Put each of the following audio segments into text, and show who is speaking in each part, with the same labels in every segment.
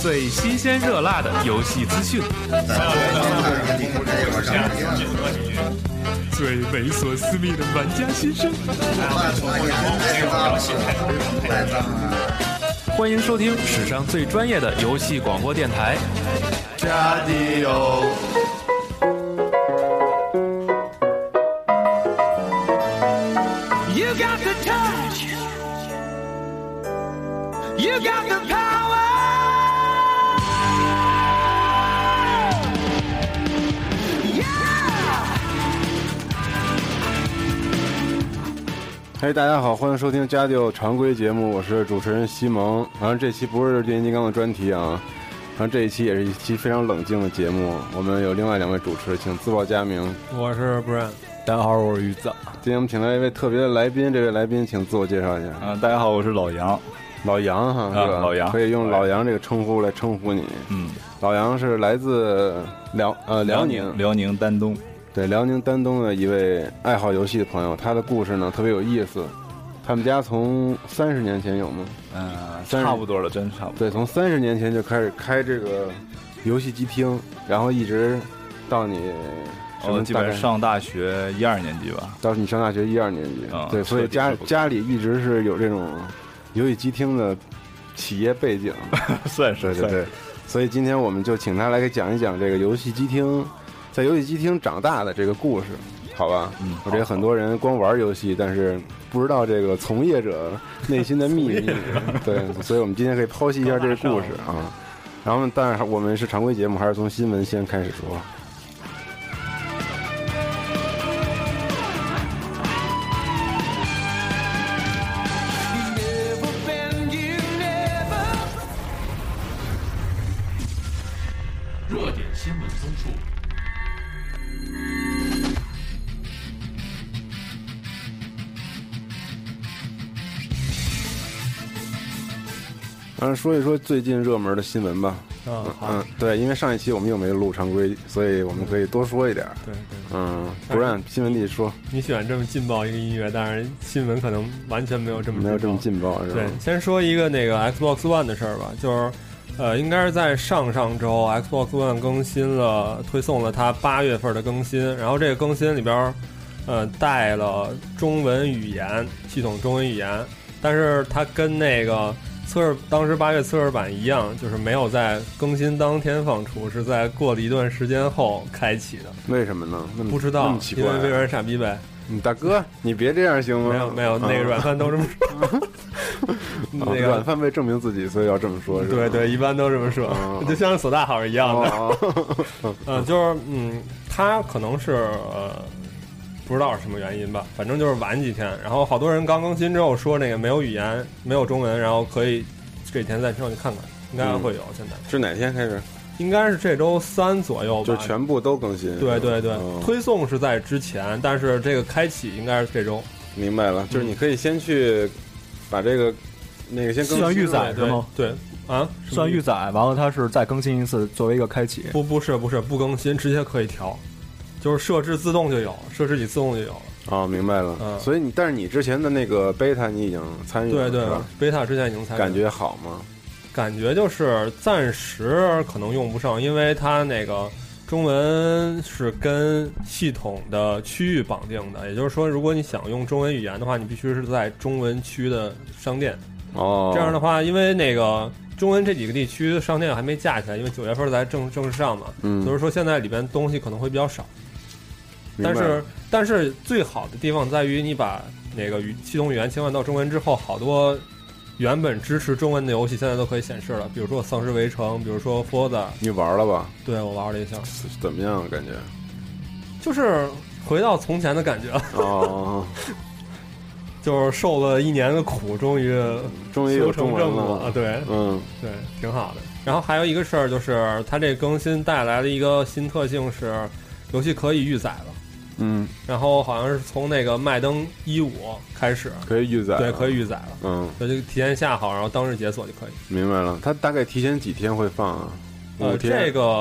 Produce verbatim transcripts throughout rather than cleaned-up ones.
Speaker 1: 最新鲜热辣的游戏资讯，最猥琐私密的玩家心声。欢迎收听史上最专业的游戏广播电台《加迪欧》。You got the touch, you got the power.
Speaker 2: 嘿、hey, 大家好，欢迎收听加迪欧常规节目，我是主持人西蒙。然后这期不是变形金刚的专题啊，然后这一期也是一期非常冷静的节目。我们有另外两位主持，请自报家名。
Speaker 3: 我是 Brian，
Speaker 4: 大家好，我是鱼子。
Speaker 2: 今天我们请来一位特别的来宾，这位来宾请自我介绍一下。
Speaker 4: 啊、呃，大家好，我是老杨。
Speaker 2: 老杨哈，是吧、
Speaker 4: 啊？老杨
Speaker 2: 可以用老杨这个称呼来称呼你。
Speaker 4: 嗯，
Speaker 2: 老杨是来自辽呃辽宁
Speaker 4: 辽宁丹东。
Speaker 2: 对，辽宁丹东的一位爱好游戏的朋友，他的故事呢特别有意思。他们家从三十年前有吗？
Speaker 4: 嗯、呃，差不多了，真差不多。
Speaker 2: 对，从三十年前就开始开这个游戏机厅，然后一直到你什么、
Speaker 4: 哦、基本上上大学一二年级吧。
Speaker 2: 到你上大学一二年级，
Speaker 4: 嗯、
Speaker 2: 对，所以家家里一直是有这种游戏机厅的企业背景，
Speaker 4: 算是
Speaker 2: 对对对。所以今天我们就请他来给讲一讲这个游戏机厅。在游戏机厅长大的这个故事，好吧？
Speaker 4: 嗯，
Speaker 2: 我觉得很多人光玩游戏，但是不知道这个从业者内心的秘密。对，所以我们今天可以剖析一下这个故事啊。然后，但是我们是常规节目，还是从新闻先开始说。
Speaker 1: 热点新闻综述。
Speaker 2: 然后说一说最近热门的新闻吧。
Speaker 3: 嗯
Speaker 2: 嗯，对，因为上一期我们又没录常规，所以我们可以多说一点。
Speaker 3: 对对。
Speaker 2: 嗯，不然新闻里说。
Speaker 3: 你喜欢这么劲爆一个音乐，但是新闻可能完全没有这么
Speaker 2: 没有这么劲爆，是吧？
Speaker 3: 对，先说一个那个 Xbox One 的事儿吧，就是。呃，应该是在上上周 Xbox One 更新了，推送了它八月份的更新。然后这个更新里边，呃，带了中文语言系统，中文语言，但是它跟那个测试当时八月测试版一样，就是没有在更新当天放出，是在过了一段时间后开启的。
Speaker 2: 为什么呢？那么
Speaker 3: 不知道，
Speaker 2: 那么奇怪、啊，
Speaker 3: 因为微软傻逼呗。
Speaker 2: 你大哥，你别这样行吗？
Speaker 3: 没有没有，那个软饭都这么说。
Speaker 2: 那个软饭为证明自己，所以要这么说，是吧？
Speaker 3: 对对，一般都这么说，哦、就像索大好一样的。嗯、呃，就是嗯，他可能是呃，不知道是什么原因吧，反正就是晚几天。然后好多人刚更新之后说那个没有语言，没有中文，然后可以这几天再上去看看，应该会有。嗯、现在
Speaker 2: 是哪天开始？
Speaker 3: 应该是这周三左右吧，
Speaker 2: 就全部都更新。
Speaker 3: 对对对，
Speaker 2: 哦、
Speaker 3: 推送是在之前，但是这个开启应该是这周。
Speaker 2: 明白了，就是你可以先去把这个那个先更新
Speaker 4: 算预载是吗？
Speaker 3: 对啊，
Speaker 4: 算预载，完了它是再更新一次作为一个开启。
Speaker 3: 不不是不是不更新，直接可以调，就是设置自动就有，设置你自动就有了。
Speaker 2: 哦，明白了。
Speaker 3: 嗯，
Speaker 2: 所以你但是你之前的那个 beta 你已经参与了，
Speaker 3: 对对 ，beta 之前已经参与了。
Speaker 2: 感觉好吗？
Speaker 3: 感觉就是暂时可能用不上，因为它那个中文是跟系统的区域绑定的，也就是说，如果你想用中文语言的话，你必须是在中文区的商店。
Speaker 2: 哦，
Speaker 3: 这样的话，因为那个中文这几个地区商店还没架起来，因为九月份才正正式上嘛，
Speaker 2: 嗯，
Speaker 3: 所以说现在里边东西可能会比较少。但是但是最好的地方在于你把那个语系统语言切换到中文之后，好多原本支持中文的游戏现在都可以显示了，比如说《丧尸围城》，比如说《Forza》。
Speaker 2: 你玩了吧？
Speaker 3: 对，我玩了一下。
Speaker 2: 怎么样？感觉
Speaker 3: 就是回到从前的感觉。
Speaker 2: 哦。
Speaker 3: 就是受了一年的苦，终于
Speaker 2: 终于有中文了
Speaker 3: 啊！对，
Speaker 2: 嗯，
Speaker 3: 对，挺好的。然后还有一个事儿就是，它这更新带来的一个新特性是，游戏可以预载了。
Speaker 2: 嗯，
Speaker 3: 然后好像是从那个麦登一五开始
Speaker 2: 可以预载，
Speaker 3: 对，可以预载了。
Speaker 2: 嗯，
Speaker 3: 那就提前下好，然后当日解锁就可以。
Speaker 2: 明白了，它大概提前几天会放啊？
Speaker 3: 呃，这个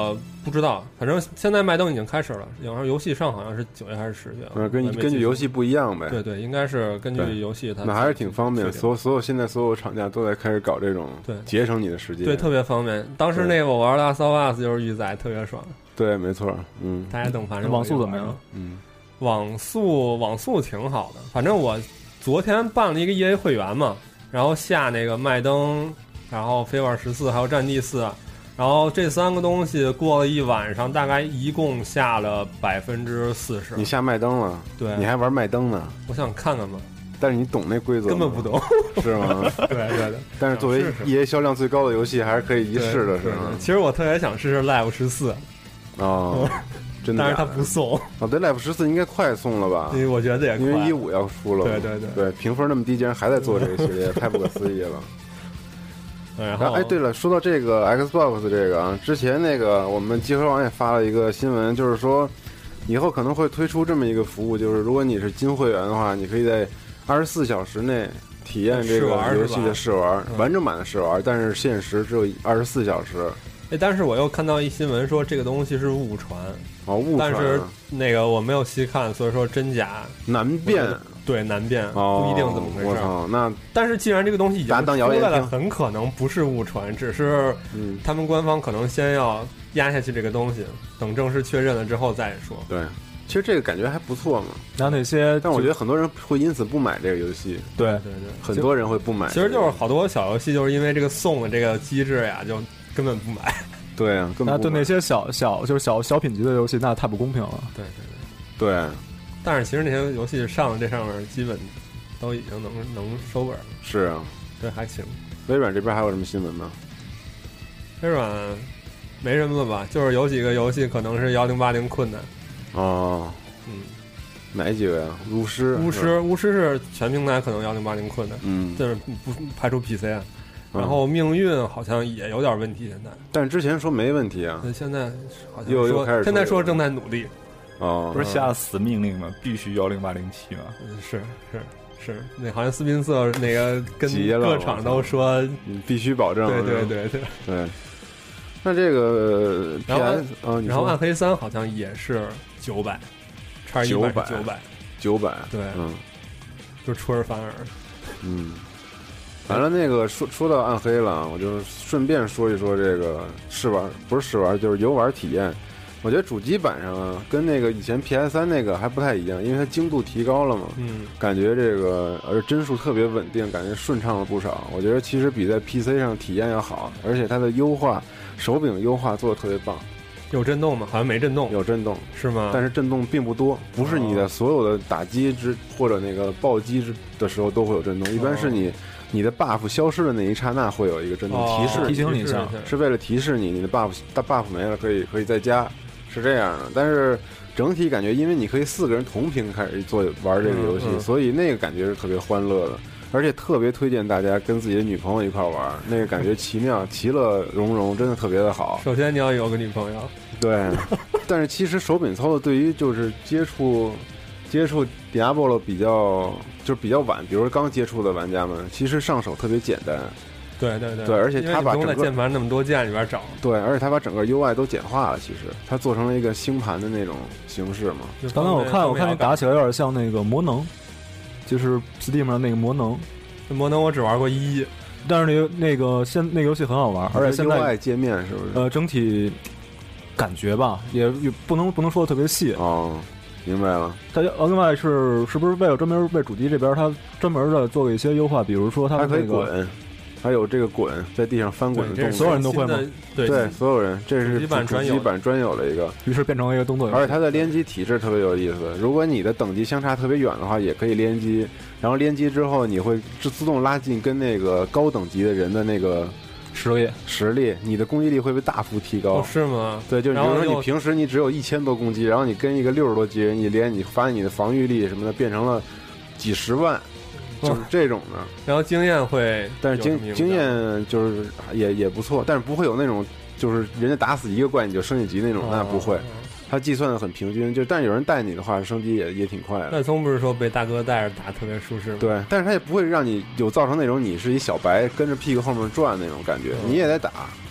Speaker 3: 不知道，反正现在麦登已经开始了，然后游戏上好像是九月还是十月，
Speaker 2: 嗯，根据根据游戏不一样呗。
Speaker 3: 对对，应该是根据游戏它。
Speaker 2: 那还是挺方便，所有所有现在所有厂家都在开始搞这种，
Speaker 3: 对，
Speaker 2: 节省你的时间，
Speaker 3: 对，特别方便。当时那个我玩《Last of Us》就是预载，特别爽。
Speaker 2: 对，没错，嗯。
Speaker 3: 大家等，反正
Speaker 4: 网速怎么样？
Speaker 2: 嗯，
Speaker 3: 网速网速挺好的，反正我昨天办了一个 E A 会员嘛，然后下那个麦登，然后飞玩十四还有战地四，然后这三个东西过了一晚上，大概一共下了百分之四十。
Speaker 2: 你下麦登了？
Speaker 3: 对，
Speaker 2: 你还玩麦登呢？
Speaker 3: 我想看看嘛。
Speaker 2: 但是你懂那规则？
Speaker 3: 根本不懂，
Speaker 2: 是吗？
Speaker 3: 对对对。
Speaker 2: 但是作为 E A 销量最高的游戏，还是可以一试的，是吗？
Speaker 3: 其实我特别想试试 Live 十四。
Speaker 2: 哦，真的？
Speaker 3: 但是它不送。
Speaker 2: 哦，对 ，Live 十四应该快送了吧？
Speaker 3: 因为我觉得也快，
Speaker 2: 因为一五要出了。
Speaker 3: 对对对。
Speaker 2: 对，评分那么低，竟然还在做这个系列，太不可思议了。
Speaker 3: 然后，
Speaker 2: 哎，对了，说到这个 Xbox 这个啊，之前那个我们集合网也发了一个新闻，就是说以后可能会推出这么一个服务，就是如果你是金会员的话，你可以在二十四小时内体验这个游戏的试玩，完整版的试玩，但是限时只有二十四小时。
Speaker 3: 哎，但是我又看到一新闻说这个东西是误传，
Speaker 2: 哦，误传，
Speaker 3: 但是那个我没有细看，所以说真假
Speaker 2: 难辨。
Speaker 3: 对，难辨，
Speaker 2: 哦、
Speaker 3: 不一定怎么回事。
Speaker 2: 我操，那
Speaker 3: 但是既然这个东西已经出来了，很可能不是误传，只是他们官方可能先要压下去这个东西，等正式确认了之后再说。
Speaker 2: 对，其实这个感觉还不错嘛。
Speaker 4: 然后那些，
Speaker 2: 但我觉得很多人会因此不买这个游戏。
Speaker 4: 对
Speaker 3: 对对，
Speaker 2: 很多人会不买、
Speaker 3: 这个。其实就是好多小游戏就是因为这个送的这个机制呀，就根本不买。
Speaker 2: 对啊，根本
Speaker 4: 那对那些小小就是小小品级的游戏，那太不公平了。
Speaker 3: 对对
Speaker 2: 对。对。
Speaker 3: 但是其实那些游戏上了这上面基本都已经能能收本了。
Speaker 2: 是啊，
Speaker 3: 对，还行。
Speaker 2: 微软这边还有什么新闻吗？
Speaker 3: 微软没什么了吧，就是有几个游戏可能是幺零八零困难。
Speaker 2: 哦，
Speaker 3: 嗯，
Speaker 2: 哪几个呀？巫师，
Speaker 3: 巫师，巫师是全平台可能幺零八零困难，
Speaker 2: 嗯，
Speaker 3: 就是不排除 P C 啊。然后命运好像也有点问题，现在。
Speaker 2: 但是之前说没问题啊，
Speaker 3: 现在好像
Speaker 2: 又又开始，
Speaker 3: 现在说正在努力。
Speaker 2: 哦，
Speaker 5: 不是下死命令吗？必须幺零八零七吗？
Speaker 3: 是是是，那好像斯宾塞那个跟各厂都说
Speaker 2: 必须保证。
Speaker 3: 对对对对
Speaker 2: 对。那这个 P S
Speaker 3: 啊，然后暗黑三好像也是九百，叉一百九百
Speaker 2: 九百，
Speaker 3: 对，
Speaker 2: 嗯，
Speaker 3: 就出尔反尔。
Speaker 2: 嗯，完了那个说说到暗黑了，我就顺便说一说这个试玩，不是试玩，就是游玩体验。我觉得主机版上啊，跟那个以前 P S 三那个还不太一样，因为它精度提高了嘛，
Speaker 3: 嗯，
Speaker 2: 感觉这个而帧数特别稳定，感觉顺畅了不少。我觉得其实比在 P C 上体验要好，而且它的优化，手柄优化做的特别棒。
Speaker 3: 有震动吗？好像没震动。
Speaker 2: 有震动
Speaker 3: 是吗？
Speaker 2: 但是震动并不多，不是你的所有的打击之或者那个暴击之的时候都会有震动，一般是你。你的 buff 消失的那一刹那会有一个震动提示，
Speaker 4: 提醒你一下，
Speaker 2: 是为了提示你你的 buff 大 buff 没了，可以可以再加，是这样的。但是整体感觉，因为你可以四个人同屏开始做玩这个游戏，
Speaker 3: 嗯嗯、
Speaker 2: 所以那个感觉是特别欢乐的，而且特别推荐大家跟自己的女朋友一块玩，那个感觉奇妙，其乐融融，真的特别的好。
Speaker 3: 首先你要有个女朋友，
Speaker 2: 对，但是其实手柄操作对于就是接触。接触 Diablo 比较就是比较晚，比如说刚接触的玩家们，其实上手特别简单。
Speaker 3: 对对对，
Speaker 2: 对，而且他把整个
Speaker 3: 键盘那么多键里边找。
Speaker 2: 对，而且他把整个 U I 都简化了，其实他做成了一个星盘的那种形式嘛。
Speaker 4: 刚才我看我看你打起来有点像那个魔能，就是 Steam 上那个魔能。
Speaker 3: 魔能我只玩过一，
Speaker 4: 但是那个那个现那个游戏很好玩，而且现在
Speaker 2: U I 界面是不是？
Speaker 4: 呃，整体感觉吧，也也不能不能说的特别细
Speaker 2: 哦。明白了，
Speaker 4: 它另外是是不是为了专门为主机这边，它专门的做了一些优化，比如说它、那个、
Speaker 2: 还可以滚，还有这个滚在地上翻滚的动作，
Speaker 4: 所有人都会吗？
Speaker 3: 对
Speaker 2: 对，所有人，这是主机版专有的一个，
Speaker 4: 于是变成了一个动作游戏。
Speaker 2: 而且它的联机体制特别有意思，如果你的等级相差特别远的话，也可以联机，然后联机之后你会自动拉近跟那个高等级的人的那个。
Speaker 4: 实力
Speaker 2: 实力，你的攻击力会被大幅提高，
Speaker 3: 哦、是吗？
Speaker 2: 对，就是比如说你平时你只有一千多攻击，然后你跟一个六十多级人一连，你发现你的防御力什么的变成了几十万，哦、就是这种的。
Speaker 3: 然后经验会，
Speaker 2: 但是经经验就是也也不错，但是不会有那种就是人家打死一个怪你就升一级那种，哦、那不会。它计算的很平均，就但有人带你的话，升级也也挺快的。
Speaker 3: 赖聪不是说被大哥带着打特别舒适吗？
Speaker 2: 对，但是他也不会让你有造成那种你是一小白跟着屁股后面转那种感觉，嗯、你也得打，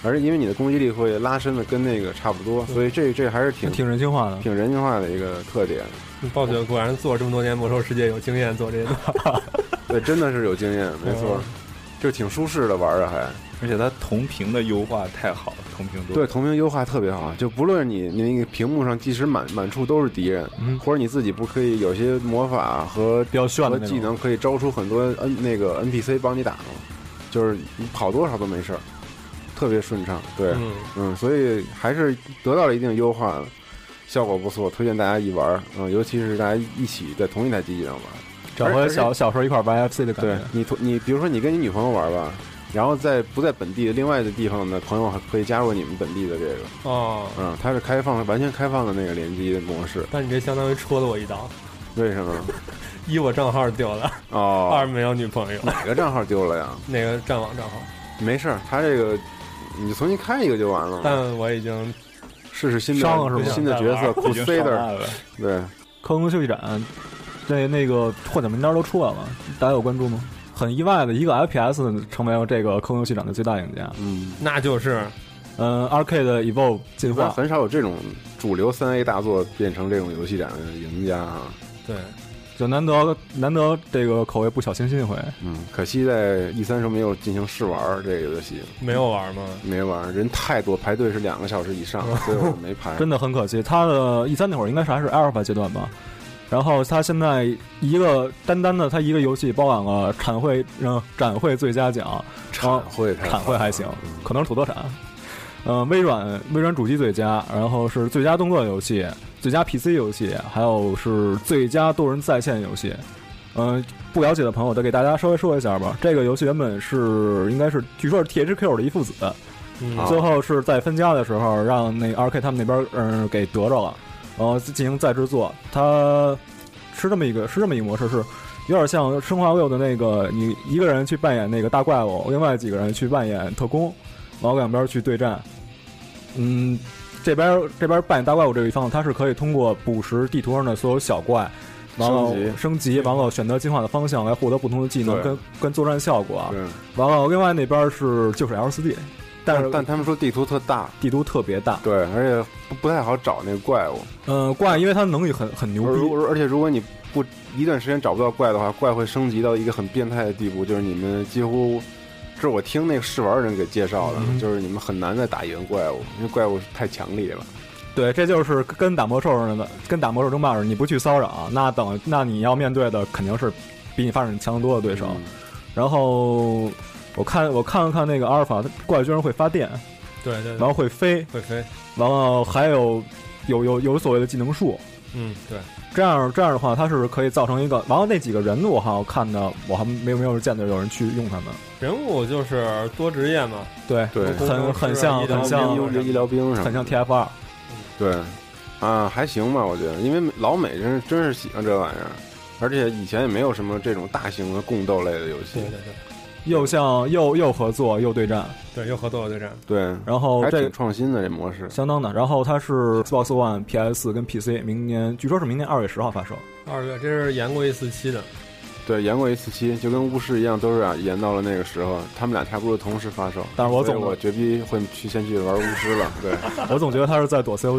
Speaker 2: 而且因为你的攻击力会拉伸的跟那个差不多，所以这这还是挺
Speaker 4: 挺人性化的，
Speaker 2: 挺人性化的一个特点。
Speaker 3: 暴雪果然做这么多年魔兽世界有经验做这个，
Speaker 2: 对，真的是有经验，没错，就挺舒适的玩的还。
Speaker 5: 而且它同屏的优化太好了，同屏多
Speaker 2: 对同屏优化特别好，就不论你你那个屏幕上即使满满处都是敌人，
Speaker 4: 嗯，
Speaker 2: 或者你自己不可以有些魔法和
Speaker 4: 比较炫的
Speaker 2: 技能可以招出很多 N 那个 N P C 帮你打，就是你跑多少都没事儿，特别顺畅。对，嗯, 嗯，所以还是得到了一定优化，效果不错，推荐大家一玩。嗯，尤其是大家一起在同一台机器上玩，
Speaker 4: 找回小小时候一块玩 F C 的感觉。
Speaker 2: 对你你比如说你跟你女朋友玩吧。然后在不在本地另外的地方的朋友还可以加入你们本地的这个
Speaker 3: 哦，
Speaker 2: 嗯，它是开放完全开放的那个联机模式。
Speaker 3: 但你这相当于戳了我一刀，
Speaker 2: 为什么？
Speaker 3: 一我账号丢了
Speaker 2: 哦，
Speaker 3: 二没有女朋友。
Speaker 2: 哪个账号丢了呀？
Speaker 3: 哪个战网账号？
Speaker 2: 没事，他这个你重新开一个就完了。
Speaker 3: 但我已经
Speaker 2: 试试新的
Speaker 4: 上了是
Speaker 2: 新的角色 Crusader， 对，
Speaker 4: 科隆休息展，这那个获奖名单都出来了，大家有关注吗？很意外的一个 F P S 成为了这个科隆游戏展的最大赢家，
Speaker 2: 嗯，
Speaker 3: 那就是，
Speaker 4: 嗯 ，R K 的 Evolve 进化，
Speaker 2: 很少有这种主流三 A 大作变成这种游戏展的赢家啊。
Speaker 3: 对，
Speaker 4: 就难得难得这个口味不小清新一回。
Speaker 2: 嗯，可惜在 E 三时候没有进行试玩这个游戏。
Speaker 3: 没有玩吗？
Speaker 2: 没玩，人太多，排队是两个小时以上，所以我没排。
Speaker 4: 真的很可惜，他的 E 三那会儿应该是还是 Alpha 阶段吧。然后他现在一个单单的他一个游戏包揽了产会嗯展会最佳奖，
Speaker 2: 产会
Speaker 4: 产会还行，可能是土特产。呃，微软微软主机最佳，然后是最佳动作游戏、最佳 P C 游戏，还有是最佳多人在线游戏。嗯、呃，不了解的朋友再给大家稍微说一下吧。这个游戏原本是应该是据说是 T H Q 的一父子，嗯、最后是在分家的时候让那 R K 他们那边嗯、呃、给得着了。然后进行再制作，它是这么一个是这么一个模式，是有点像《生化六》的那个，你一个人去扮演那个大怪物，另外几个人去扮演特工，然后两边去对战。嗯，这边这边扮演大怪物这一方，它是可以通过捕食地图上的所有小怪，然后升级，完了选择进化的方向来获得不同的技能跟跟作战效果。完了，另外那边是就是 L 四 D。但是，
Speaker 2: 但他们说地图特大，
Speaker 4: 地图特别大，
Speaker 2: 对，而且不不太好找那个怪物。
Speaker 4: 嗯、呃，怪，因为它能力很很牛逼，
Speaker 2: 而且如果你不一段时间找不到怪的话，怪会升级到一个很变态的地步，就是你们几乎，这是我听那个试玩人给介绍的，嗯、就是你们很难再打赢怪物，因为怪物太强烈了。
Speaker 4: 对，这就是跟打魔兽似的，跟打魔兽争霸似的，你不去骚扰，那等那你要面对的肯定是比你发展强得多的对手，嗯、然后。我看我看了看那个阿尔法，它怪居然会发电，
Speaker 3: 对 对, 对，
Speaker 4: 然后会飞，
Speaker 3: 会飞，
Speaker 4: 完了还有有有有所谓的技能树，
Speaker 3: 嗯，对，
Speaker 4: 这样这样的话，它是可以造成一个，完了那几个人物哈，我看的我还没有没有见到有人去用他们。
Speaker 3: 人物就是多职业嘛，
Speaker 4: 对
Speaker 2: 对，
Speaker 4: 很很像很像
Speaker 2: 医疗兵什么，
Speaker 4: 很像 T F 二，
Speaker 2: 对，啊还行吧，我觉得，因为老美真真是喜欢这玩意儿，而且以前也没有什么这种大型的共斗类的游戏，
Speaker 3: 对对对。
Speaker 4: 又像又又合作又对战，
Speaker 3: 对，又合作又对战，
Speaker 2: 对，
Speaker 4: 然后这
Speaker 2: 还挺创新的这模式，
Speaker 4: 相当的。然后它是 Xbox One、P S 四跟 P C， 明年据说是明年二月十号发售。
Speaker 3: 二月，这是延过一次期的，
Speaker 2: 对，延过一次期，就跟巫师一样，都是啊延到了那个时候，他们俩差不多同时发售。
Speaker 4: 但是我总
Speaker 2: 我绝逼会去先去玩巫师了，对，
Speaker 4: 我总觉得他是在躲 C O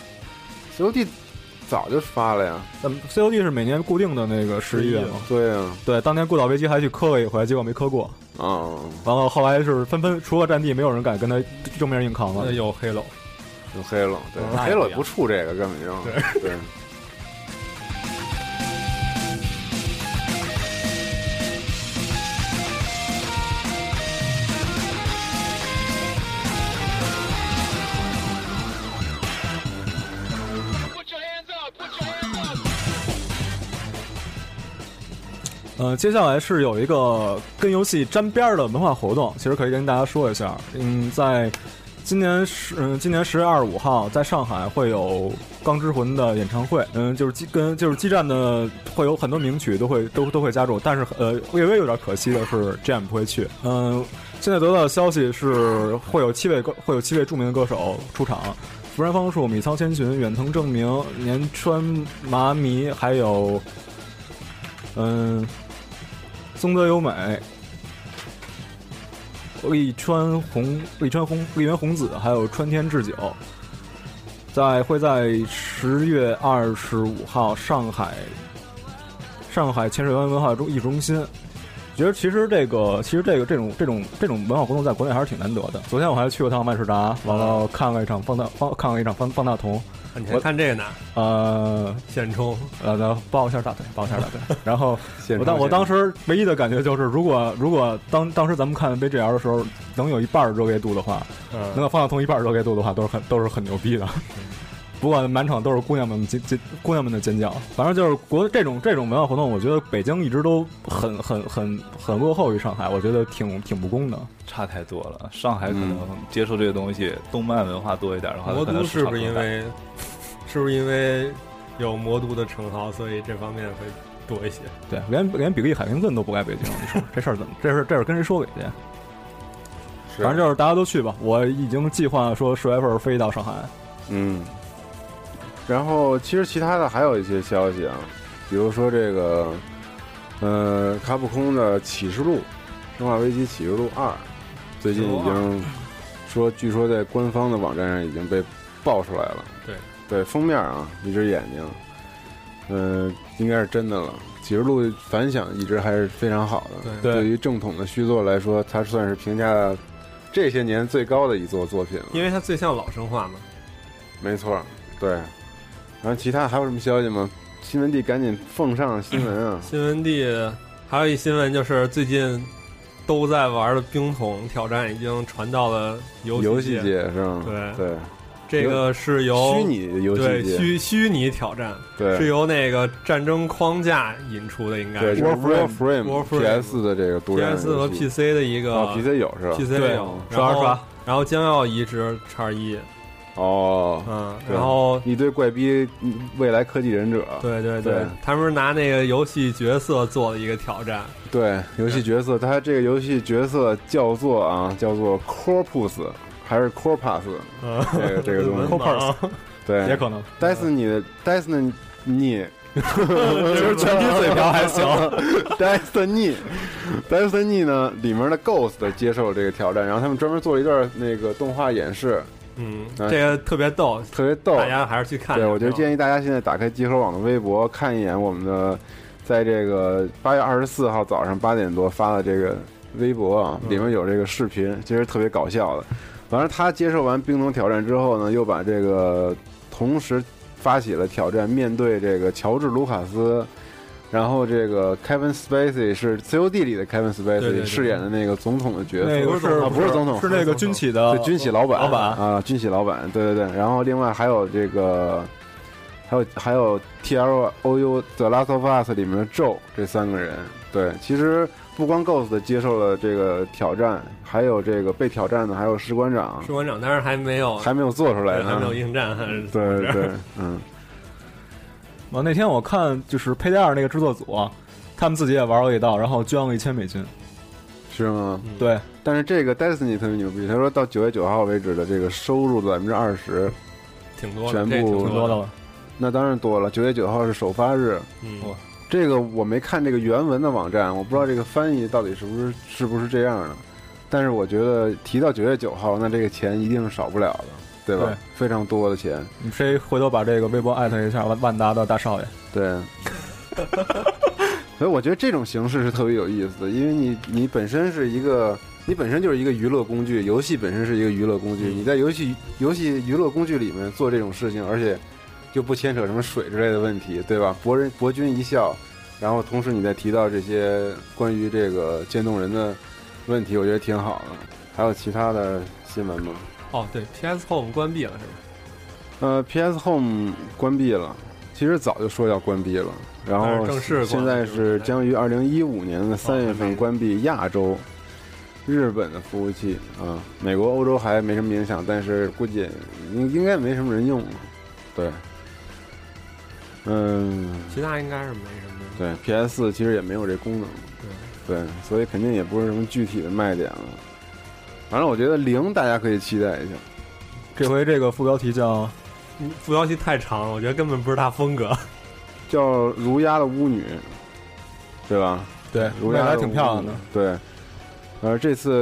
Speaker 4: D，C
Speaker 2: O D。早就发了呀，
Speaker 4: 嗯 ，C O D 是每年固定的那个十一月嘛？
Speaker 2: 对啊，
Speaker 4: 对，当年孤岛危机还去磕了一回，结果没磕过。
Speaker 2: 哦，
Speaker 4: 完了后来是纷纷除了战地，没有人敢跟他正面硬扛了。
Speaker 3: 有黑楼，
Speaker 2: 有黑楼，对，嗯、黑楼也不出这个根本就对。对
Speaker 4: 呃，接下来是有一个跟游戏沾边的文化活动，其实可以跟大家说一下。嗯，在今年十嗯今年十月二十五号，在上海会有《钢之魂》的演唱会。嗯，就是基跟就是基站的会有很多名曲都会都都会加入，但是呃略微有点可惜的是 Jam 不会去。嗯，现在得到的消息是会有七位歌会有七位著名的歌手出场。福山芳树、米仓千寻、远藤正明、年川麻弥，还有嗯。松泽优美， 利川红、利川红、利源红子，还有川天智久，在会在十月二十五号上海上海潜水湾文化中艺术中心。觉得其实这个其实这个这种这种这种文化活动在国内还是挺难得的。昨天我还去过趟麦士达，完了看了一场方大方看了一场方方大同。
Speaker 3: 你还看这个呢？
Speaker 4: 呃，
Speaker 3: 现充，
Speaker 4: 呃，抱一下大腿，抱一下大腿。然后我当我当时唯一的感觉就是，如果如果当当时咱们看 V G L 的时候，能有一半热烈度的话，嗯，能够方大同一半热烈度的话，都是很都是很牛逼的。不过满场都是姑娘们尖尖姑娘们的尖叫，反正就是国这种这种文化活动，我觉得北京一直都很很很很落后于上海，我觉得挺挺不公的，
Speaker 5: 差太多了。上海可能接受这个东西，嗯、动漫文化多一点的话，
Speaker 3: 魔都是不是因为是不是因为有魔都的称号，所以这方面会多一些？
Speaker 4: 对，连连比利海明顿都不来北京，你说这事儿怎么？这事这是跟谁说给去？反正就是大家都去吧，我已经计划说十月份飞到上海。
Speaker 2: 嗯。然后，其实其他的还有一些消息啊，比如说这个，呃，卡普空的《启示录》《生化危机启示录二》，最近已经说，据说在官方的网站上已经被爆出来了。
Speaker 3: 对
Speaker 2: 对，封面啊，一只眼睛，嗯、呃，应该是真的了。《启示录》反响一直还是非常好的。
Speaker 3: 对，
Speaker 2: 对于正统的续作来说，它算是评价这些年最高的一作作品了。
Speaker 3: 因为它最像老生化嘛。
Speaker 2: 没错，对。然后其他还有什么消息吗？新闻地赶紧奉上新闻啊！
Speaker 3: 新闻地还有一新闻就是最近都在玩的冰桶挑战已经传到了游
Speaker 2: 戏界，是吗？
Speaker 3: 对
Speaker 2: 对，
Speaker 3: 这个是由
Speaker 2: 虚拟游戏界，
Speaker 3: 对虚虚拟挑战，
Speaker 2: 对，
Speaker 3: 是由那个战争框架引出的，应该是
Speaker 2: Warframe P S 的这个独占
Speaker 3: P S 和 P C 的一个、
Speaker 2: 哦、P C 有是吧
Speaker 3: ？P C 有，
Speaker 4: 刷刷，
Speaker 3: 然后将要移植叉一。
Speaker 2: 哦，
Speaker 3: 嗯，然后
Speaker 2: 一堆怪逼未来科技忍者，
Speaker 3: 对对对，
Speaker 2: 对
Speaker 3: 他们是拿那个游戏角色做了一个挑战。
Speaker 2: 对，游戏角色，它这个游戏角色叫做啊，叫做 Corpus 还是 Corpus？、嗯、这个这个东西
Speaker 4: ，Corpus，
Speaker 2: 对，
Speaker 4: 也可能。
Speaker 2: Destiny 的 Destiny，
Speaker 4: 就是全体嘴瓢还行。
Speaker 2: Destiny Destiny 呢，里面的 Ghost 接受了这个挑战，然后他们专门做了一段那个动画演示。
Speaker 3: 嗯，这个特别逗，
Speaker 2: 特别逗，
Speaker 3: 大家还是去看。
Speaker 2: 对，我就建议大家现在打开集合网的微博，看一眼我们的，在这个八月二十四号早上八点多发的这个微博啊，里面有这个视频，其实特别搞笑的。反正他接受完冰桶挑战之后呢，又把这个同时发起了挑战，面对这个乔治·卢卡斯。然后这个 Kevin Spacey 是 C O D 里的 Kevin Spacey
Speaker 3: 对对对
Speaker 2: 饰演的那个总统的角色，
Speaker 4: 那个是、
Speaker 2: 啊、不是总统，
Speaker 4: 是那个军企的
Speaker 2: 军企老板，
Speaker 4: 老板
Speaker 2: 啊，军企老板，对对对。然后另外还有这个，还有还有 T L O U The Last of Us 里面的 Joe 这三个人，对，其实不光 Ghost 接受了这个挑战，还有这个被挑战的还有士官长，
Speaker 3: 士官长，但是还没有
Speaker 2: 还没有做出来，
Speaker 3: 还没有应战，还是
Speaker 2: 对对对，嗯。
Speaker 4: 我那天我看就是佩戴二那个制作组、啊，他们自己也玩了一道，然后捐了一千美金，
Speaker 2: 是吗？
Speaker 4: 嗯、对。
Speaker 2: 但是这个 Destiny 特别牛逼，他说到九月九号为止的这个收入的百分之二十，
Speaker 3: 挺多的，
Speaker 2: 全部
Speaker 3: 挺
Speaker 4: 多的了。
Speaker 2: 那当然多了。九月九号是首发日，
Speaker 3: 嗯，
Speaker 2: 这个我没看这个原文的网站，我不知道这个翻译到底是不是是不是这样的。但是我觉得提到九月九号，那这个钱一定是少不了的。对吧？对，非常多的钱。
Speaker 4: 你谁回头把这个微博艾特一下万万达的大少爷？
Speaker 2: 对。所以我觉得这种形式是特别有意思的，因为你你本身是一个，你本身就是一个娱乐工具，游戏本身是一个娱乐工具，你在游戏游戏娱乐工具里面做这种事情，而且就不牵扯什么水之类的问题，对吧？博人博君一笑，然后同时你再提到这些关于这个渐冻人的问题，我觉得挺好的。还有其他的新闻吗？
Speaker 3: 哦，对 ，P S Home 关闭了是吧？
Speaker 2: 呃 ，P S Home 关闭了，其实早就说要关闭了，然后
Speaker 3: 正式
Speaker 2: 现在是将于二零一五年的三月份关闭亚洲、日本的服务器啊，美国、欧洲还没什么影响，但是估计应应该没什么人用。对，嗯，
Speaker 3: 其他应该是没什么。
Speaker 2: 对 ，P S 四其实也没有这功能。对，对，所以肯定也不是什么具体的卖点了。反正我觉得零大家可以期待一下，
Speaker 4: 这回这个副标题叫
Speaker 3: 副标题太长了，我觉得根本不是他风格，
Speaker 2: 叫如鸦的巫女，对吧？
Speaker 4: 对，
Speaker 2: 如鸦
Speaker 4: 还挺漂亮的。
Speaker 2: 对，呃，这次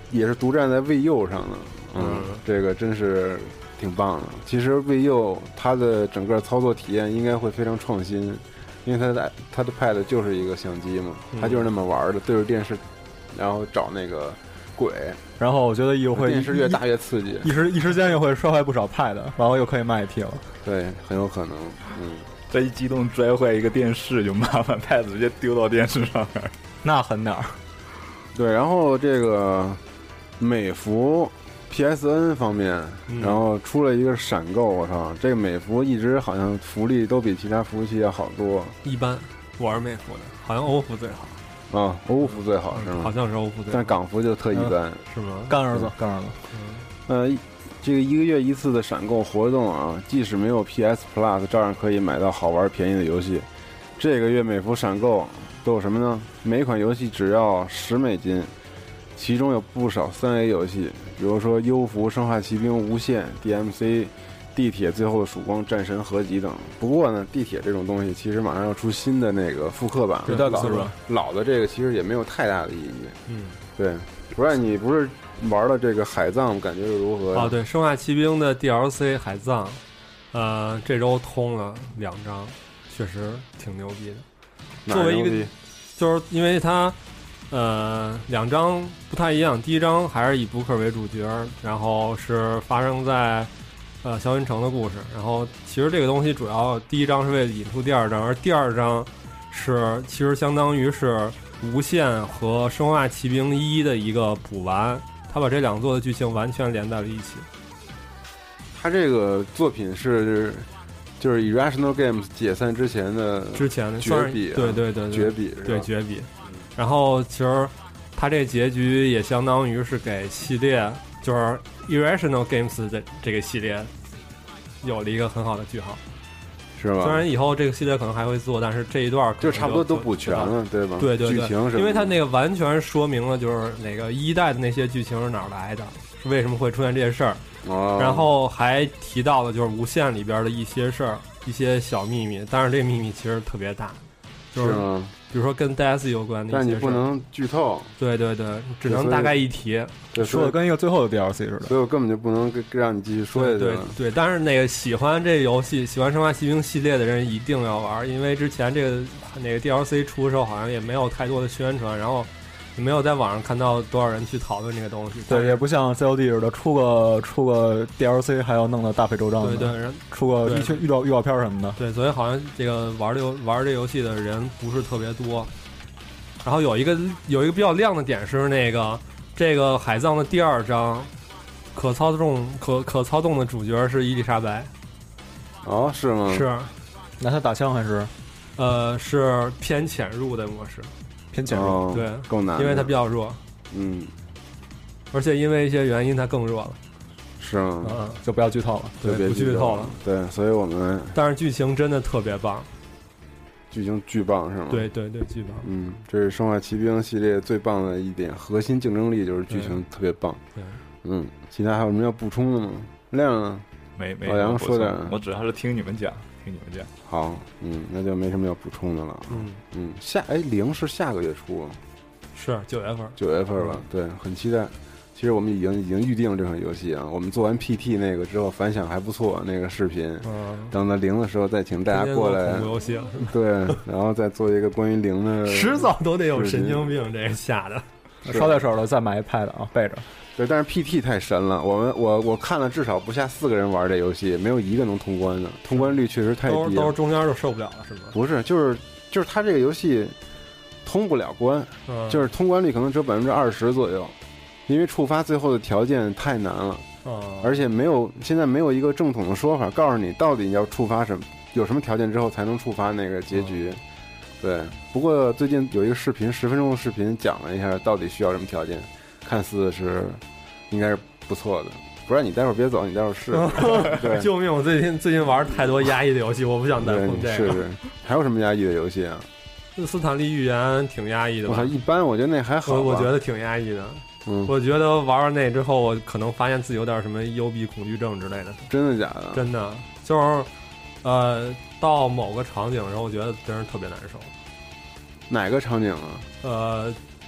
Speaker 2: 也是独占在 Wii U 上的，嗯，
Speaker 3: 嗯
Speaker 2: 这个真是挺棒的。其实 Wii U 它的整个操作体验应该会非常创新，因为它的它的 Pad 就是一个相机嘛，它就是那么玩的，对着电视，然后找那个轨，
Speaker 4: 然后我觉得又会
Speaker 2: 电视越大越刺激，
Speaker 4: 一时一时间又会摔坏不少 Pad， 然后又可以卖一批了。
Speaker 2: 对，很有可能，嗯。
Speaker 5: 这一激动摔坏一个电视就麻烦，Pad 直接丢到电视上面，
Speaker 4: 那狠点儿。
Speaker 2: 对，然后这个美服 P S N 方面，
Speaker 3: 嗯、
Speaker 2: 然后出了一个闪购，我操，这个美服一直好像福利都比其他服务器要好多。
Speaker 3: 一般，我是美服的，好像欧服最好。
Speaker 2: 啊，欧服最好是吗？
Speaker 3: 好像是欧服最好，
Speaker 2: 但港服就特一般，
Speaker 3: 嗯、是吗？
Speaker 4: 干儿子，干儿子。
Speaker 2: 嗯，呃。这个一个月一次的闪购活动啊，即使没有 P S Plus， 照样可以买到好玩便宜的游戏。这个月美服闪购都有什么呢？每款游戏只要十美金，其中有不少三 A 游戏，比如说《幽浮》《生化奇兵：无限》、D M C、地铁最后的曙光、战神合集等。不过呢，地铁这种东西其实马上要出新的那个复刻版，
Speaker 4: 对对是吧？
Speaker 2: 老的这个其实也没有太大的意义。
Speaker 3: 嗯，
Speaker 2: 对，不然你不是。玩了这个海藏感觉又如何？
Speaker 3: 哦，对，生化奇兵的 D L C 海藏，呃，这周通了两张，确实挺牛逼的。作为一个，就是因为它，呃，两张不太一样。第一章还是以布克为主角，然后是发生在呃萧云城的故事。然后其实这个东西主要第一章是为了引出第二章，而第二章是其实相当于是无限和生化奇兵一的一个补完。他把这两座的剧情完全连在了一起。
Speaker 2: 他这个作品是就是 Irrational Games 解散之前的
Speaker 3: 之前的
Speaker 2: 绝笔、啊，
Speaker 3: 对对对对，
Speaker 2: 绝笔
Speaker 3: 对绝笔。然后其实他这结局也相当于是给系列，就是 Irrational Games 的这个系列有了一个很好的句号。
Speaker 2: 是吧？
Speaker 3: 虽然以后这个系列可能还会做，但是这一段
Speaker 2: 就差不多都补全了，对吧？
Speaker 3: 对对对，
Speaker 2: 剧情什么，
Speaker 3: 因为它那个完全说明了，就是哪个一代的那些剧情是哪儿来的，是为什么会出现这些事儿。
Speaker 2: 哦。
Speaker 3: 然后还提到了就是无限里边的一些事儿，一些小秘密，但是这个秘密其实特别大，就是比如说跟 D S 有关的一些事儿，
Speaker 2: 但你不能剧透。
Speaker 3: 对对对，只能大概一提。
Speaker 2: 对，
Speaker 4: 说的跟一个最后的 D L C 似的，
Speaker 2: 所以我根本就不能让你继续说下去。
Speaker 3: 对对对，但是那个喜欢这游戏、喜欢《生化奇兵》系列的人一定要玩，因为之前这个那个 D L C 出的时候好像也没有太多的宣传，然后也没有在网上看到多少人去讨论这个东西。
Speaker 4: 对，也不像 C O D 似的，出个出个 D L C 还要弄得大费周章的。
Speaker 3: 对对，人
Speaker 4: 出个预预告预告片什么的。
Speaker 3: 对，所以好像这个玩这玩这游戏的人不是特别多。然后有一个有一个比较亮的点是那个这个海藏的第二章，可操纵可可操纵的主角是伊丽莎白。
Speaker 2: 哦，是吗？
Speaker 3: 是。
Speaker 4: 那他打枪还是？
Speaker 3: 呃，是偏潜入的模式。
Speaker 4: 偏潜入，
Speaker 2: 哦、
Speaker 3: 对，
Speaker 2: 够难，
Speaker 3: 因为他比较弱。
Speaker 2: 嗯。
Speaker 3: 而且因为一些原因，他更弱了。
Speaker 2: 是吗？
Speaker 3: 嗯，
Speaker 4: 就不要剧透了，
Speaker 3: 对，
Speaker 2: 别
Speaker 3: 不剧透了。
Speaker 2: 对，所以我们。
Speaker 3: 但是剧情真的特别棒。
Speaker 2: 剧情巨棒是吗？
Speaker 3: 对对对，巨棒。
Speaker 2: 嗯，这是《生化奇兵》系列最棒的一点，核心竞争力就是剧情特别棒。
Speaker 3: 对，
Speaker 2: 嗯，其他还有什么要补充的吗？亮啊，
Speaker 5: 没没。
Speaker 2: 老杨说点，
Speaker 5: 我主要是听你们讲，听你们讲。
Speaker 2: 好，嗯，那就没什么要补充的了。
Speaker 3: 嗯
Speaker 2: 嗯，下哎零是下个月出，
Speaker 3: 是九月份，
Speaker 2: 九月份吧？
Speaker 3: 嗯、
Speaker 2: 对，很期待。其实我们已经已经预定了这款游戏啊，我们做完 P T 那个之后反响还不错，那个视频，
Speaker 3: 嗯，
Speaker 2: 等到零的时候再请大家过来，
Speaker 3: 游戏
Speaker 2: 对，然后再做一个关于零的，
Speaker 3: 迟早都得有神经病，这个吓的，
Speaker 4: 捎带手的再买一 pad 啊，备着。
Speaker 2: 对，但是 P T 太神了，我们我我看了至少不下四个人玩这游戏，没有一个能通关的，通关率确实太低了，
Speaker 3: 都是中间就受不了了，是吗？
Speaker 2: 不是，就是就是他这个游戏通不了关，
Speaker 3: 嗯、
Speaker 2: 就是通关率可能只有百分之二十左右。因为触发最后的条件太难了，
Speaker 3: 哦、
Speaker 2: 而且没有现在没有一个正统的说法告诉你到底要触发什么，有什么条件之后才能触发那个结局。哦、对，不过最近有一个视频，十分钟的视频讲了一下到底需要什么条件，看似是应该是不错的。不然你待会儿别走，你待会儿试试。对，
Speaker 3: 救命！我最近最近玩太多压抑的游戏，我不想再碰这个。
Speaker 2: 是是，还有什么压抑的游戏啊？
Speaker 3: 斯坦利预言挺压抑的吧？
Speaker 2: 我操，一般，我觉得那还好。
Speaker 3: 我我觉得挺压抑的。
Speaker 2: 嗯，
Speaker 3: 我觉得玩完那之后，我可能发现自己有点什么幽闭恐惧症之类的。
Speaker 2: 真的假的？
Speaker 3: 真的，就是呃，到某个场景的时候，我觉得真是特别难受。
Speaker 2: 哪个场景啊？
Speaker 3: 呃，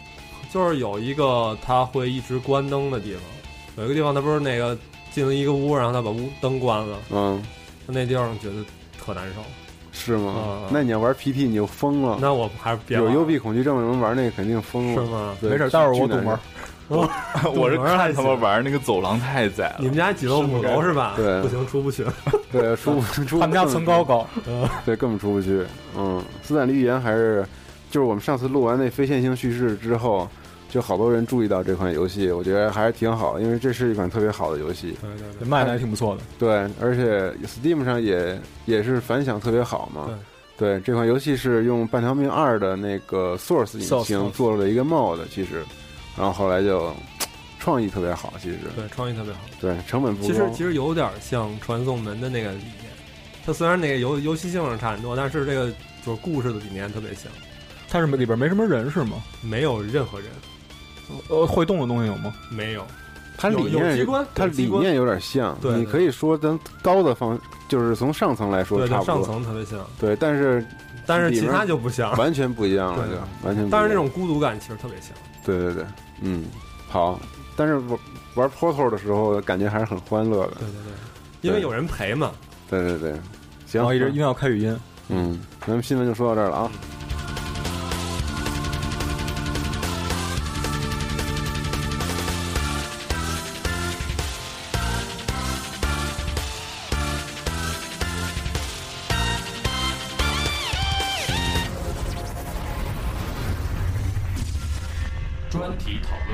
Speaker 3: 就是有一个他会一直关灯的地方，有一个地方他不是那个进了一个屋，然后他把屋灯关了，
Speaker 2: 嗯，
Speaker 3: 那地方觉得特难受。
Speaker 2: 是吗？
Speaker 3: 嗯、
Speaker 2: 那你要玩 P T 你就疯了。
Speaker 3: 那我还是别
Speaker 2: 有
Speaker 3: 玩
Speaker 2: 幽闭恐惧症的人玩那个肯定疯了。
Speaker 3: 是吗？
Speaker 2: 对，
Speaker 4: 没事，待会儿我懂玩。
Speaker 5: 我我是看他们玩那个走廊太窄了。
Speaker 3: 你们家几楼五楼是吧？
Speaker 2: 对，
Speaker 3: 不行，出不去。
Speaker 2: 对，出不出。
Speaker 4: 他们家层高高，
Speaker 2: 对，根本出不去。嗯，斯坦利预言还是，就是我们上次录完那非线性叙事之后，就好多人注意到这款游戏，我觉得还是挺好，因为这是一款特别好的游戏。
Speaker 3: 对对对，
Speaker 4: 卖的还挺不错的。
Speaker 2: 对，而且 Steam 上也也是反响特别好嘛。对，对，这款游戏是用半条命二的那个 Source 引擎做了一个 mod， 其实。然后后来就创意特别好，其实
Speaker 3: 对创意特别好，
Speaker 2: 对成本不高。
Speaker 3: 其实其实有点像传送门的那个理念，它虽然那个游游戏性上差很多，但是这个就是故事的理念特别像。
Speaker 4: 它是里边没什么人是吗？
Speaker 3: 没有任何人。
Speaker 4: 呃，会动的东西有吗？
Speaker 3: 没有。
Speaker 2: 它理念
Speaker 3: 机关，
Speaker 2: 它理念有点像。
Speaker 3: 对，
Speaker 2: 你可以说咱高的方，就是从上层来说差不多，
Speaker 3: 上层特别像。
Speaker 2: 对，但是
Speaker 3: 但是其他就不像，
Speaker 2: 完全不一样了，就完全不一样。
Speaker 3: 但是那种孤独感其实特别像。
Speaker 2: 对对对，嗯，好。但是玩玩 Portal 的时候，感觉还是很欢乐的。
Speaker 3: 对对对，因为有人陪嘛。
Speaker 2: 对对对，行，
Speaker 4: 一直一定要开语音。
Speaker 2: 嗯，咱们新闻就说到这儿了啊。
Speaker 1: 专题讨论。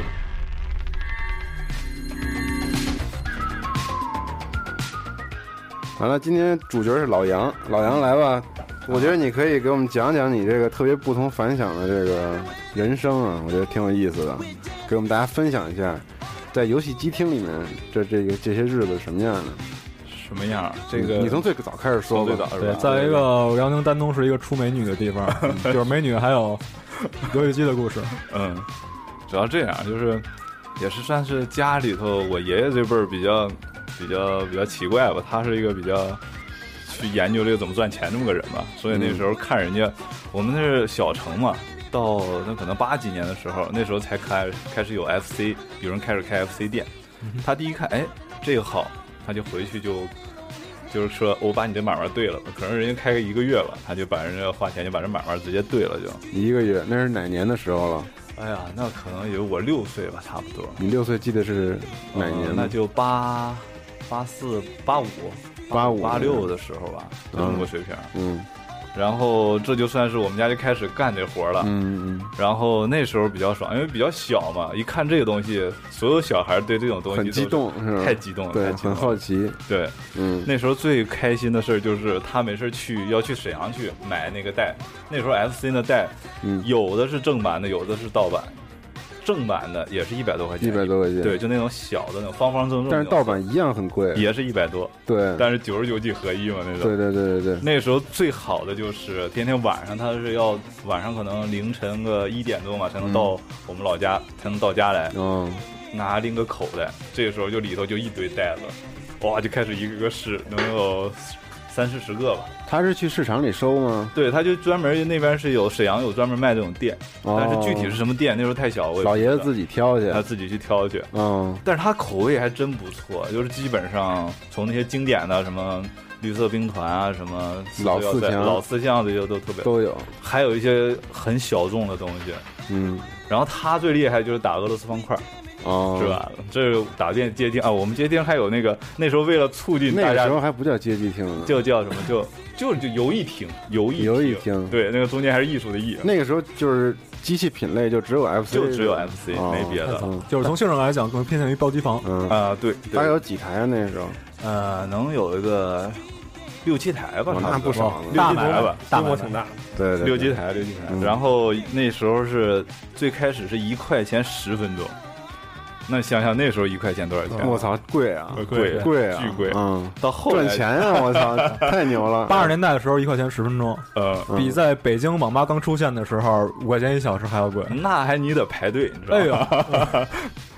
Speaker 2: 完了，今天主角是老杨，老杨来吧。我觉得你可以给我们讲讲你这个特别不同凡响的这个人生啊，我觉得挺有意思的，给我们大家分享一下，在游戏机厅里面这这个这些日子什么样的？
Speaker 5: 什么样？这个
Speaker 2: 你从最早开始说吧。
Speaker 5: 最早是吧？
Speaker 4: 对，在一个辽宁丹东是一个出美女的地方，就是美女还有游戏机的故事。
Speaker 5: 嗯。主要这样，就是也是算是家里头我爷爷这辈儿比较比较比较奇怪吧，他是一个比较去研究这个怎么赚钱这么个人吧，所以那时候看人家、嗯、我们那是小城嘛，到那可能八几年的时候，那时候才开开始有 F C， 有人开始开 F C 店，他第一看哎这个好，他就回去就就是说我把你这买卖对了，可能人家开个一个月吧，他就把人家花钱就把这买卖直接对了，就
Speaker 2: 一个月。那是哪年的时候了？
Speaker 5: 哎呀，那可能有我六岁吧，差不多。
Speaker 2: 你六岁记得是哪年、呃？
Speaker 5: 那就八八四八五
Speaker 2: 八五
Speaker 5: 八六的时候吧，就这么个水平。
Speaker 2: 嗯，
Speaker 5: 然后这就算是我们家就开始干这活了。
Speaker 2: 嗯嗯。
Speaker 5: 然后那时候比较爽，因为比较小嘛，一看这个东西，所有小孩对这种东西
Speaker 2: 很激动，是吧？
Speaker 5: 太激动了，
Speaker 2: 对，
Speaker 5: 很
Speaker 2: 好奇。
Speaker 5: 对，
Speaker 2: 嗯。
Speaker 5: 那时候最开心的事就是他没事去要去沈阳去买那个带，那时候 F C 的带，
Speaker 2: 嗯，
Speaker 5: 有的是正版的，有的是盗版。正版的也是一百多块钱，
Speaker 2: 一百多块钱，
Speaker 5: 对，就那种小的那种方方正正。
Speaker 2: 但是盗版一样很贵，
Speaker 5: 也是一百多，
Speaker 2: 对。
Speaker 5: 但是九十九 G 合一嘛，那种。
Speaker 2: 对对对对对。
Speaker 5: 那时候最好的就是天天晚上，他是要晚上可能凌晨个一点多嘛，才能到我们老家，嗯、才能到家来。
Speaker 2: 嗯。
Speaker 5: 拿拎个口袋，这个时候就里头就一堆袋子，哇，就开始一个个试，能有三四十个吧。
Speaker 2: 他是去市场里收吗？
Speaker 5: 对，他就专门那边是有沈阳有专门卖这种店，
Speaker 2: 哦、
Speaker 5: 但是具体是什么店那时候太小，我也
Speaker 2: 老爷子自己挑去，
Speaker 5: 他自己去挑去。
Speaker 2: 嗯，
Speaker 5: 但是他口味还真不错，就是基本上从那些经典的什么绿色兵团啊，什么
Speaker 2: 老四强、
Speaker 5: 老四强这些都特别
Speaker 2: 都有，
Speaker 5: 还有一些很小众的东西。
Speaker 2: 嗯，
Speaker 5: 然后他最厉害就是打俄罗斯方块。
Speaker 2: 哦，
Speaker 5: 是吧？这打电街厅啊，我们街厅还有那个，那时候为了促进大家，
Speaker 2: 那个时候还不叫街机厅呢，
Speaker 5: 就叫什么？就就就游艺厅，游艺
Speaker 2: 游艺厅，
Speaker 5: 对，那个中间还是艺术的艺。
Speaker 2: 那个时候就是机器品类就只有 F C，
Speaker 5: 就只有 F C，、哦、没别的、
Speaker 2: 嗯。
Speaker 4: 就是从性质来讲，更偏向于包机房。
Speaker 2: 嗯
Speaker 5: 啊、呃，对。
Speaker 2: 大概有几台啊？那时候，
Speaker 5: 呃，能有一个六七台吧，
Speaker 2: 哦、那不少呢，
Speaker 5: 六七台吧，
Speaker 3: 规模挺大的。
Speaker 2: 对 对, 对，
Speaker 5: 六七台，六七台、嗯。然后那时候是最开始是一块钱十分钟。那想想那时候一块钱多少钱？
Speaker 2: 我操，贵啊，
Speaker 5: 贵
Speaker 2: 贵啊，
Speaker 5: 巨贵！
Speaker 2: 嗯，
Speaker 5: 到后来
Speaker 2: 赚钱啊！我操，太牛了！
Speaker 4: 八十年代的时候，一块钱十分钟，
Speaker 5: 呃，
Speaker 4: 比在北京网吧刚出现的时候五块钱一小时还要贵。
Speaker 5: 那还你得排队，你知道吗？
Speaker 4: 哎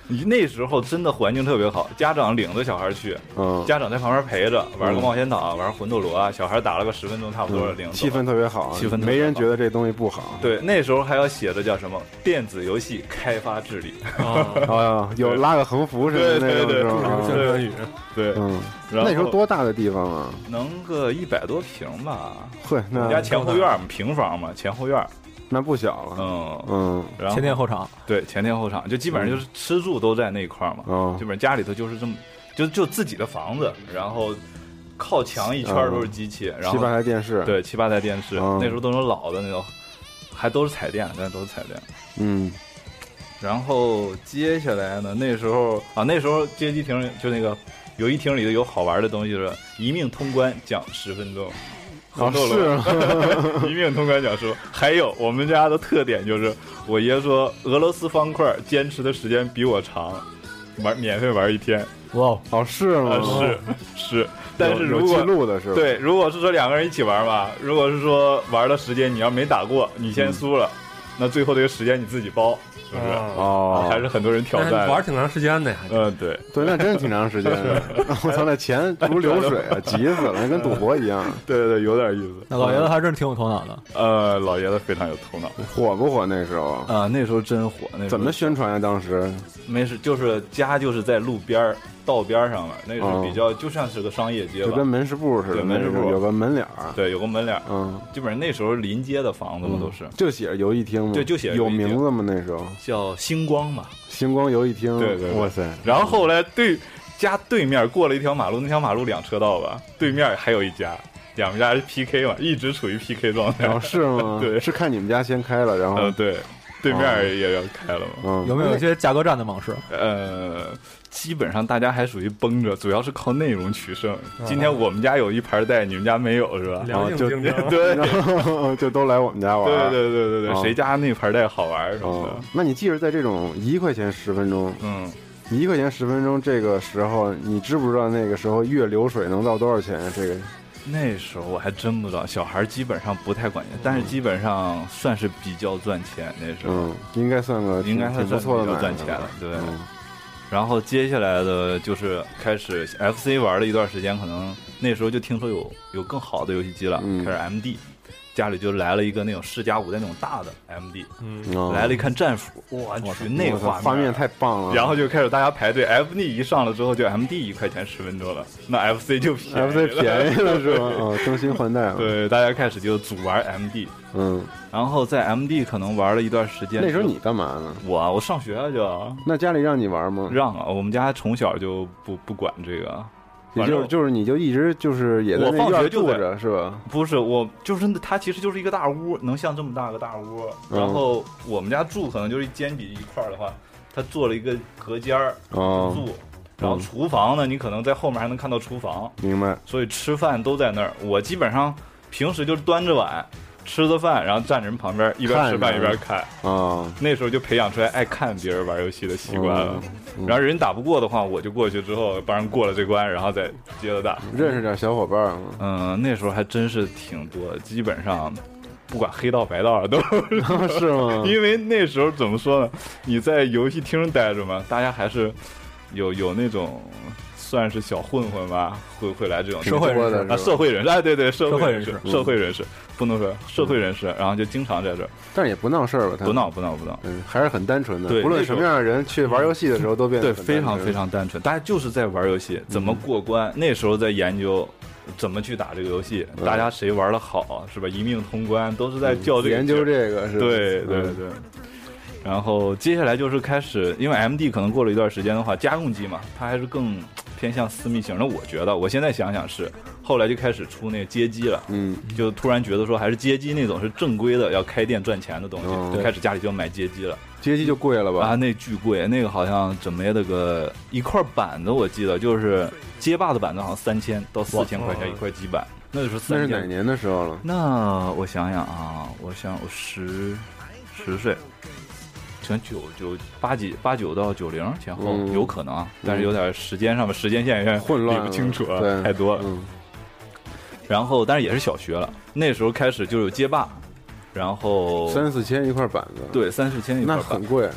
Speaker 5: 你那时候真的环境特别好，家长领着小孩去，
Speaker 2: 嗯，
Speaker 5: 家长在旁边陪着玩个冒险岛，玩魂斗罗啊，小孩打了个十分钟差不多了，领着
Speaker 2: 气氛特别好，
Speaker 5: 气氛特别好
Speaker 2: 没人觉得这东西不好。
Speaker 5: 对，那时候还要写着叫什么电子游戏开发治理
Speaker 2: 啊，有拉个横幅什么的那种是吧？
Speaker 3: 宣传语，
Speaker 5: 对，
Speaker 2: 嗯，
Speaker 5: 然后
Speaker 2: 那时候多大的地方啊？
Speaker 5: 能个一百多平吧。
Speaker 2: 呵，
Speaker 5: 我
Speaker 2: 那
Speaker 5: 们家前后院嘛，平房嘛，前后院，
Speaker 2: 那不小了。
Speaker 5: 嗯
Speaker 2: 嗯，
Speaker 5: 然后
Speaker 4: 前店后厂，
Speaker 5: 对，前店后厂，就基本上就是吃住都在那一块嘛，
Speaker 2: 嗯
Speaker 5: 基本上家里头就是这么，就就自己的房子，然后靠墙一圈都是机器，然后
Speaker 2: 七八台电视，，
Speaker 5: 对七八台电视，
Speaker 2: 嗯
Speaker 5: 那时候都是老的那种，还都是彩电，但是都是彩电。
Speaker 2: 嗯
Speaker 5: 然后接下来呢，那时候啊，那时候街机厅就那个游戏厅里头有好玩的东西，是一命通关讲十分钟。
Speaker 2: 哦是，
Speaker 5: 一命通关讲述，还有我们家的特点就是，我爷说俄罗斯方块坚持的时间比我长，玩免费玩一天。
Speaker 4: 哇，
Speaker 2: 哦是吗？
Speaker 5: 啊，是是，但是
Speaker 2: 有有记
Speaker 5: 如果
Speaker 2: 录的是吧？
Speaker 5: 对，如果是说两个人一起玩吧，如果是说玩的时间你要没打过，你先输了，那最后这个时间你自己包，是不是？
Speaker 2: 哦，
Speaker 5: 还是很多人挑
Speaker 3: 但
Speaker 5: 战
Speaker 3: 是玩挺长时间的呀。
Speaker 5: 嗯，对，
Speaker 2: 对，那真是挺长时间的。我操，那钱如流水啊，急死了，那跟赌博一样。
Speaker 5: 对对对，有点意思。
Speaker 4: 那老爷子还真是挺有头脑的。
Speaker 5: 呃，老爷子非常有头脑
Speaker 2: 火不火那时候？
Speaker 5: 啊，那时候真火。那时候
Speaker 2: 怎么宣传啊？当时
Speaker 5: 没事，就是家就是在路边儿道边儿上面，那是比较就像是个商业街吧，
Speaker 2: 就跟门市部似的，
Speaker 5: 对门市部
Speaker 2: 有个门脸儿，
Speaker 5: 对，有个门脸儿，
Speaker 2: 嗯，
Speaker 5: 基本上那时候临街的房子嘛都是
Speaker 2: 就写着游戏厅嘛，
Speaker 5: 对就写着
Speaker 2: 有
Speaker 5: 游戏厅
Speaker 2: 名字吗？那时候
Speaker 5: 叫星光嘛。
Speaker 2: 星光游戏厅，
Speaker 5: 对对对
Speaker 2: 哇塞！
Speaker 5: 然后后来对家对面过了一条马路，那条马路两车道吧，对面还有一家，两家是 P K 嘛，一直处于 P K 状态。
Speaker 2: 然后是吗？
Speaker 5: 对
Speaker 2: 是看你们家先开了，然后
Speaker 5: 呃，对，对面也要开了嘛。
Speaker 2: 嗯，
Speaker 4: 有没有一些价格战的往事？
Speaker 5: 呃，基本上大家还属于绷着，主要是靠内容取胜。今天我们家有一盘带，你们家没有是吧？
Speaker 3: 良性竞争，
Speaker 5: 对
Speaker 2: 然后就都来我们家玩，
Speaker 5: 对对对对对，
Speaker 2: 哦
Speaker 5: 谁家那盘带好玩什么
Speaker 2: 哦
Speaker 5: 的。，
Speaker 2: 那你记着，在这种一块钱十分钟，
Speaker 5: 嗯，
Speaker 2: 一块钱十分钟这个时候，你知不知道那个时候月流水能到多少钱？这个
Speaker 5: 那时候我还真不知道，小孩基本上不太管钱，但是基本上算是比较赚钱。那时候
Speaker 2: 嗯，应该算个挺
Speaker 5: 应该是
Speaker 2: 挺不错的
Speaker 5: 比较
Speaker 2: 买卖吧
Speaker 5: 赚钱的，对。
Speaker 2: 嗯
Speaker 5: 然后接下来的就是开始 F C 玩了一段时间，可能那时候就听说有有更好的游戏机了，
Speaker 2: 嗯
Speaker 5: 开始 M D，家里就来了一个那种四加五的那种大的 M D，、
Speaker 3: 嗯，
Speaker 2: 哦
Speaker 5: 来了一看战斧，我去那
Speaker 2: 我操
Speaker 5: 画
Speaker 2: 画面太棒了，
Speaker 5: 然后就开始大家排队 ，F D 一上了之后就 M D 一块钱十分钟了，那 F C 就便宜了
Speaker 2: F C 便宜了是吧？哦，更新换代了，
Speaker 5: 对，大家开始就组玩 M D，
Speaker 2: 嗯，
Speaker 5: 然后在 M D 可能玩了一段时间。
Speaker 2: 那时候你干嘛呢？
Speaker 5: 我啊，我上学啊就
Speaker 2: 那家里让你玩吗？
Speaker 5: 让啊，我们家从小就不不管这个。
Speaker 2: 也就是就是你就一直就是也在
Speaker 5: 我
Speaker 2: 那院
Speaker 5: 放学就在
Speaker 2: 住着是吧？
Speaker 5: 不是，我就是它其实就是一个大屋，能像这么大个大屋。
Speaker 2: 嗯
Speaker 5: 然后我们家住可能就是一间比一块儿的话，它做了一个隔间儿
Speaker 2: 哦，
Speaker 5: 住。然后厨房呢，你可能在后面还能看到厨房，
Speaker 2: 明白。
Speaker 5: 所以吃饭都在那儿。我基本上平时就是端着碗吃的饭，然后站着人旁边一边吃饭一边看。
Speaker 2: 啊，
Speaker 5: 那时候就培养出来爱看别人玩游戏的习惯了。
Speaker 2: 嗯
Speaker 5: 然后人打不过的话，我就过去之后帮人过了这关，然后再接着打。
Speaker 2: 认识点小伙伴吗？
Speaker 5: 嗯，那时候还真是挺多，基本上不管黑道白道都
Speaker 2: 是吗？
Speaker 5: 因为那时候怎么说呢？你在游戏厅待着嘛，大家还是有有那种算是小混混吧，会会来这种
Speaker 4: 社会人士
Speaker 5: 啊，社会人士，哎，对对，社会人士，
Speaker 4: 社会人
Speaker 2: 士
Speaker 5: 社会人士，不能说社会人士，然后就经常在这儿，
Speaker 2: 但是也不闹事儿吧？他
Speaker 5: 不闹不闹不闹，
Speaker 2: 嗯，还是很单纯的。
Speaker 5: 对
Speaker 2: 不论什么样的人去玩游戏的时候，都变得
Speaker 5: 对，
Speaker 2: 很单纯
Speaker 5: 非常非常单纯，大家就是在玩游戏，怎么过关？那时候在研究。怎么去打这个游戏？大家谁玩的好，是吧？一命通关，都是在较这个
Speaker 2: 研究这个是吧？
Speaker 5: 对对
Speaker 2: 嗯
Speaker 5: 对。然后接下来就是开始，因为 M D 可能过了一段时间的话，家用机嘛，它还是更偏向私密性。那我觉得，我现在想想是，后来就开始出那个街机了，
Speaker 2: 嗯，
Speaker 5: 就突然觉得说，还是街机那种是正规的，要开店赚钱的东西，
Speaker 2: 哦
Speaker 5: 就开始家里就要买街机了。
Speaker 2: 街机就贵了吧？
Speaker 5: 啊，那巨贵，那个好像怎么也得个一块板子，我记得就是街霸的板子，好像三千到四千块钱一块机板，那就是
Speaker 2: 那
Speaker 5: 三千。
Speaker 2: 是哪年的时候了？
Speaker 5: 那我想想啊，我想我十十岁，从九九八几八九到九零前后、
Speaker 2: 嗯
Speaker 5: 有可能啊，但是有点时间上面时间线有点
Speaker 2: 混乱了
Speaker 5: 理不清楚啊，
Speaker 2: 对
Speaker 5: 太多了。
Speaker 2: 嗯，
Speaker 5: 然后但是也是小学了，那时候开始就有街霸，然后
Speaker 2: 三四千一块板子，，
Speaker 5: 对三四千一块板
Speaker 2: 那很，贵。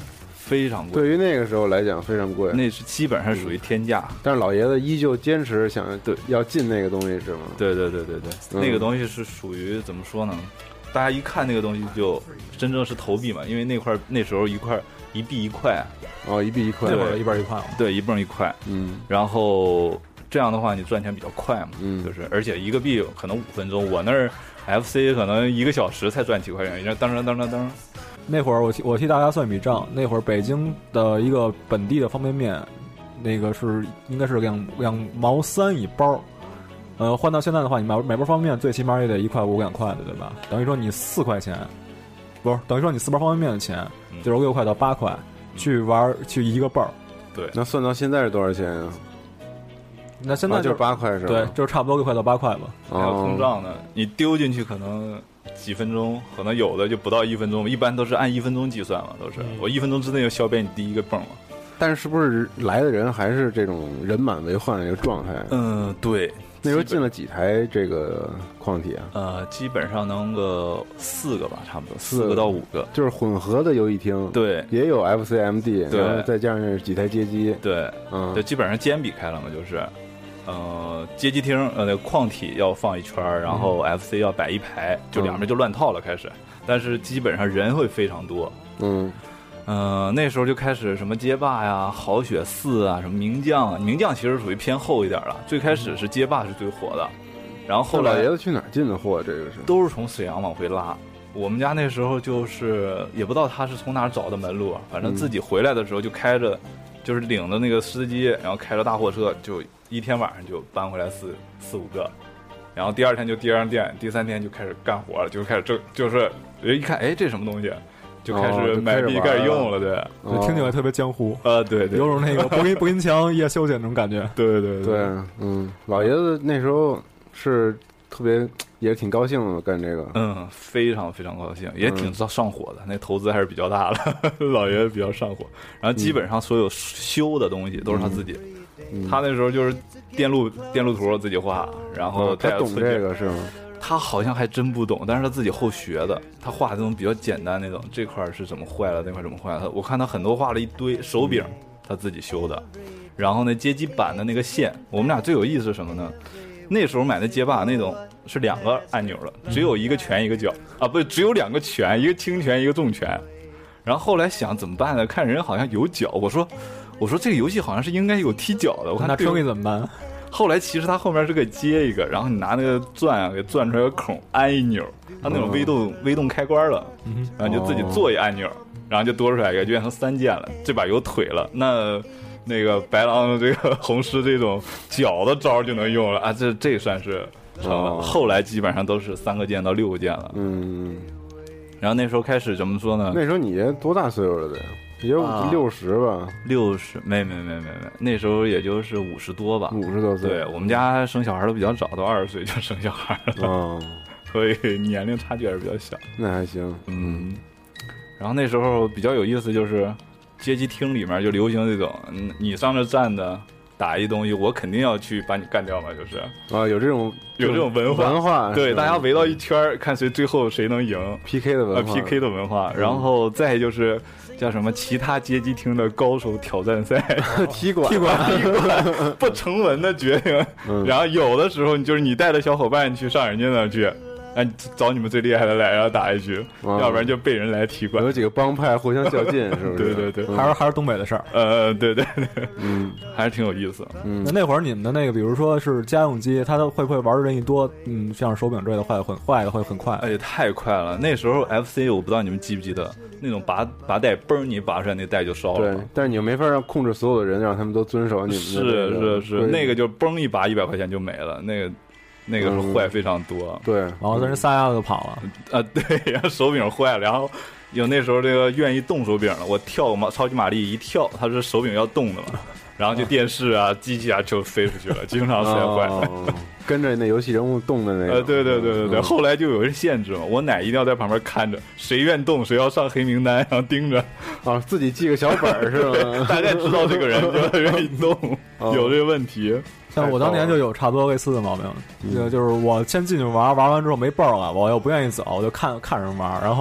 Speaker 5: 非常贵。
Speaker 2: 对于那个时候来讲非常贵，
Speaker 5: 那是基本上属于天价。
Speaker 2: 但是老爷子依旧坚持想
Speaker 5: 对
Speaker 2: 要进那个东西是吗？
Speaker 5: 对对对对对，
Speaker 2: 嗯、
Speaker 5: 那个东西是属于怎么说呢？大家一看那个东西就真正是投币嘛，因为那块那时候一块一币一块，
Speaker 2: 哦，一币一块，
Speaker 4: 对，一半一块嘛，
Speaker 5: 对，一泵一块，
Speaker 2: 嗯，
Speaker 5: 然后这样的话你赚钱比较快嘛，
Speaker 2: 嗯，
Speaker 5: 就是而且一个币可能五分钟，我那儿 F C 可能一个小时才赚几块钱，当当当当当。
Speaker 4: 那会儿我替我替大家算一笔账，那会儿北京的一个本地的方便面，那个是应该是两两毛三一包。呃，换到现在的话，你买每包方便面最起码也得一块五两块的，对吧？等于说你四块钱，不是等于说你四包方便面的钱，
Speaker 5: 嗯、
Speaker 4: 就是六块到八块，嗯、去玩去一个泵。
Speaker 5: 对，
Speaker 2: 那算到现在是多少钱啊？
Speaker 4: 那现在、
Speaker 2: 啊、就是八块是吧？
Speaker 4: 对，就是差不多六块到八块吧。
Speaker 5: 还有通胀呢，你丢进去可能几分钟，可能有的就不到一分钟，一般都是按一分钟计算嘛，都是、嗯、我一分钟之内就消灭你第一个泵了。
Speaker 2: 但是是不是来的人还是这种人满为患的这个状态？
Speaker 5: 嗯，对。
Speaker 2: 那时候进了几台这个矿体啊？
Speaker 5: 呃，基本上能个四个吧，差不多四个到五个，
Speaker 2: 就是混合的游戏厅。
Speaker 5: 对，
Speaker 2: 也有 F C M D，
Speaker 5: 对，
Speaker 2: 然后再加上几台街机。
Speaker 5: 对，
Speaker 2: 嗯，
Speaker 5: 就基本上兼比开了嘛，就是，呃，街机厅呃那个矿体要放一圈，然后 F C 要摆一排，嗯、就两边就乱套了开始，但是基本上人会非常多。
Speaker 2: 嗯。
Speaker 5: 呃，那时候就开始什么街霸呀、豪雪四啊、什么名将啊，名将其实属于偏后一点了。最开始是街霸是最火的，然后后来
Speaker 2: 老爷子去哪儿进的货？这个是
Speaker 5: 都是从沈阳往回拉。我们家那时候就是也不知道他是从哪儿找的门路，反正自己回来的时候就开着，就是领着那个司机，然后开着大货车，就一天晚上就搬回来四四五个，然后第二天就第二店，第三天就开始干活了，就开始就就是人一看，哎，这什么东西？就开始买币、哦、开始用了，对，
Speaker 4: 就听起来特别江湖
Speaker 5: 啊、呃，对对，
Speaker 4: 有种那个博音博音墙夜修剪那种感觉，
Speaker 5: 对对
Speaker 2: 对, 对，嗯，老爷子那时候是特别也挺高兴的干这个，
Speaker 5: 嗯，非常非常高兴，也挺上火的，嗯、那投资还是比较大的，老爷子比较上火，然后基本上所有修的东西都是他自己，嗯、他那时候就是电路电路图自己画，然后
Speaker 2: 他懂这个是吗？
Speaker 5: 他好像还真不懂，但是他自己后学的，他画这种比较简单那种，这块是怎么坏了，那块怎么坏了，我看他很多画了一堆手柄，他自己修的，然后呢街机版的那个线，我们俩最有意思是什么呢？那时候买的街霸那种是两个按钮的，只有一个拳一个脚啊，不，只有两个拳，一个轻拳一个重拳，然后后来想怎么办呢？看人好像有脚，我说我说这个游戏好像是应该有踢脚的，我看
Speaker 4: 那车给怎么办？
Speaker 5: 后来其实它后面是可以接一个，然后你拿那个钻啊给钻出来个孔，按一钮，它那种微动、哦、微动开关了，然后就自己做一按钮，然后就多出来一个，就变成三键了。这把有腿了，那那个白狼这个红狮这种脚的招就能用了啊，这这算是成了。哦、后来基本上都是三个键到六个键了。
Speaker 2: 嗯，
Speaker 5: 然后那时候开始怎么说呢？
Speaker 2: 那时候你多大岁数了得？也有六十吧，
Speaker 5: 六十没没没没没，那时候也就是五十多吧，
Speaker 2: 五十多岁。
Speaker 5: 对我们家生小孩都比较早，都二十岁就生小孩了，
Speaker 2: 哦，
Speaker 5: 所以年龄差距还是比较小。
Speaker 2: 那还行，
Speaker 5: 嗯。然后那时候比较有意思，就是街机厅里面就流行这种，你上这站的打一东西，我肯定要去把你干掉嘛，就是
Speaker 2: 啊，有这种
Speaker 5: 有这种文化，
Speaker 2: 文化
Speaker 5: 对，大家围到一圈看谁最后谁能赢
Speaker 2: ，P K 的文化、
Speaker 5: 啊、，P K 的文化，然后再就是。叫什么？其他街机厅的高手挑战赛，
Speaker 2: 踢馆，
Speaker 5: 踢馆，踢馆，不成文的决定。嗯、然后有的时候，你就是你带着小伙伴去上人家那去，哎，找你们最厉害的来，然后打一局，嗯、要不然就被人来踢馆。
Speaker 2: 有几个帮派互相较劲，是不是？
Speaker 5: 对对对，
Speaker 4: 嗯、还是还是东北的事儿。
Speaker 5: 呃，对对对，嗯，还是挺有意思。
Speaker 2: 嗯，
Speaker 4: 那那会儿你们的那个，比如说是家用机，它会不会玩的人一多，嗯，像手柄之类的坏的很坏的会很快？
Speaker 5: 哎，太快了！那时候 F C 我不知道你们记不记得。那种拔拔带嘣，你拔出来那带就烧了。
Speaker 2: 对，但是你又没法让控制所有的人，让他们都遵守你们的、
Speaker 5: 这个。是是是，那个就嘣一拔一百块钱就没了，那个那个是坏非常多。
Speaker 2: 嗯、对，
Speaker 4: 然后在人撒丫子就跑了。
Speaker 5: 啊，对，然后手柄坏了，然后有那时候这个愿意动手柄了，我跳嘛超级玛丽一跳，它是手柄要动的嘛，然后就电视啊、机器啊就飞出去了，经常摔坏了。
Speaker 2: 哦跟着那游戏人物动的那个，
Speaker 5: 呃，对对对对对，嗯、后来就有人限制嘛，我奶一定要在旁边看着，谁愿动谁要上黑名单，然后盯着，
Speaker 2: 啊，自己记个小本儿是吗？
Speaker 5: 大概知道这个人就愿意动，哦、有这个问题。
Speaker 4: 像我当年就有差不多类似的毛病，就、嗯、就是我先进去玩，玩完之后没泵了，我又不愿意走，我就看看人玩，然后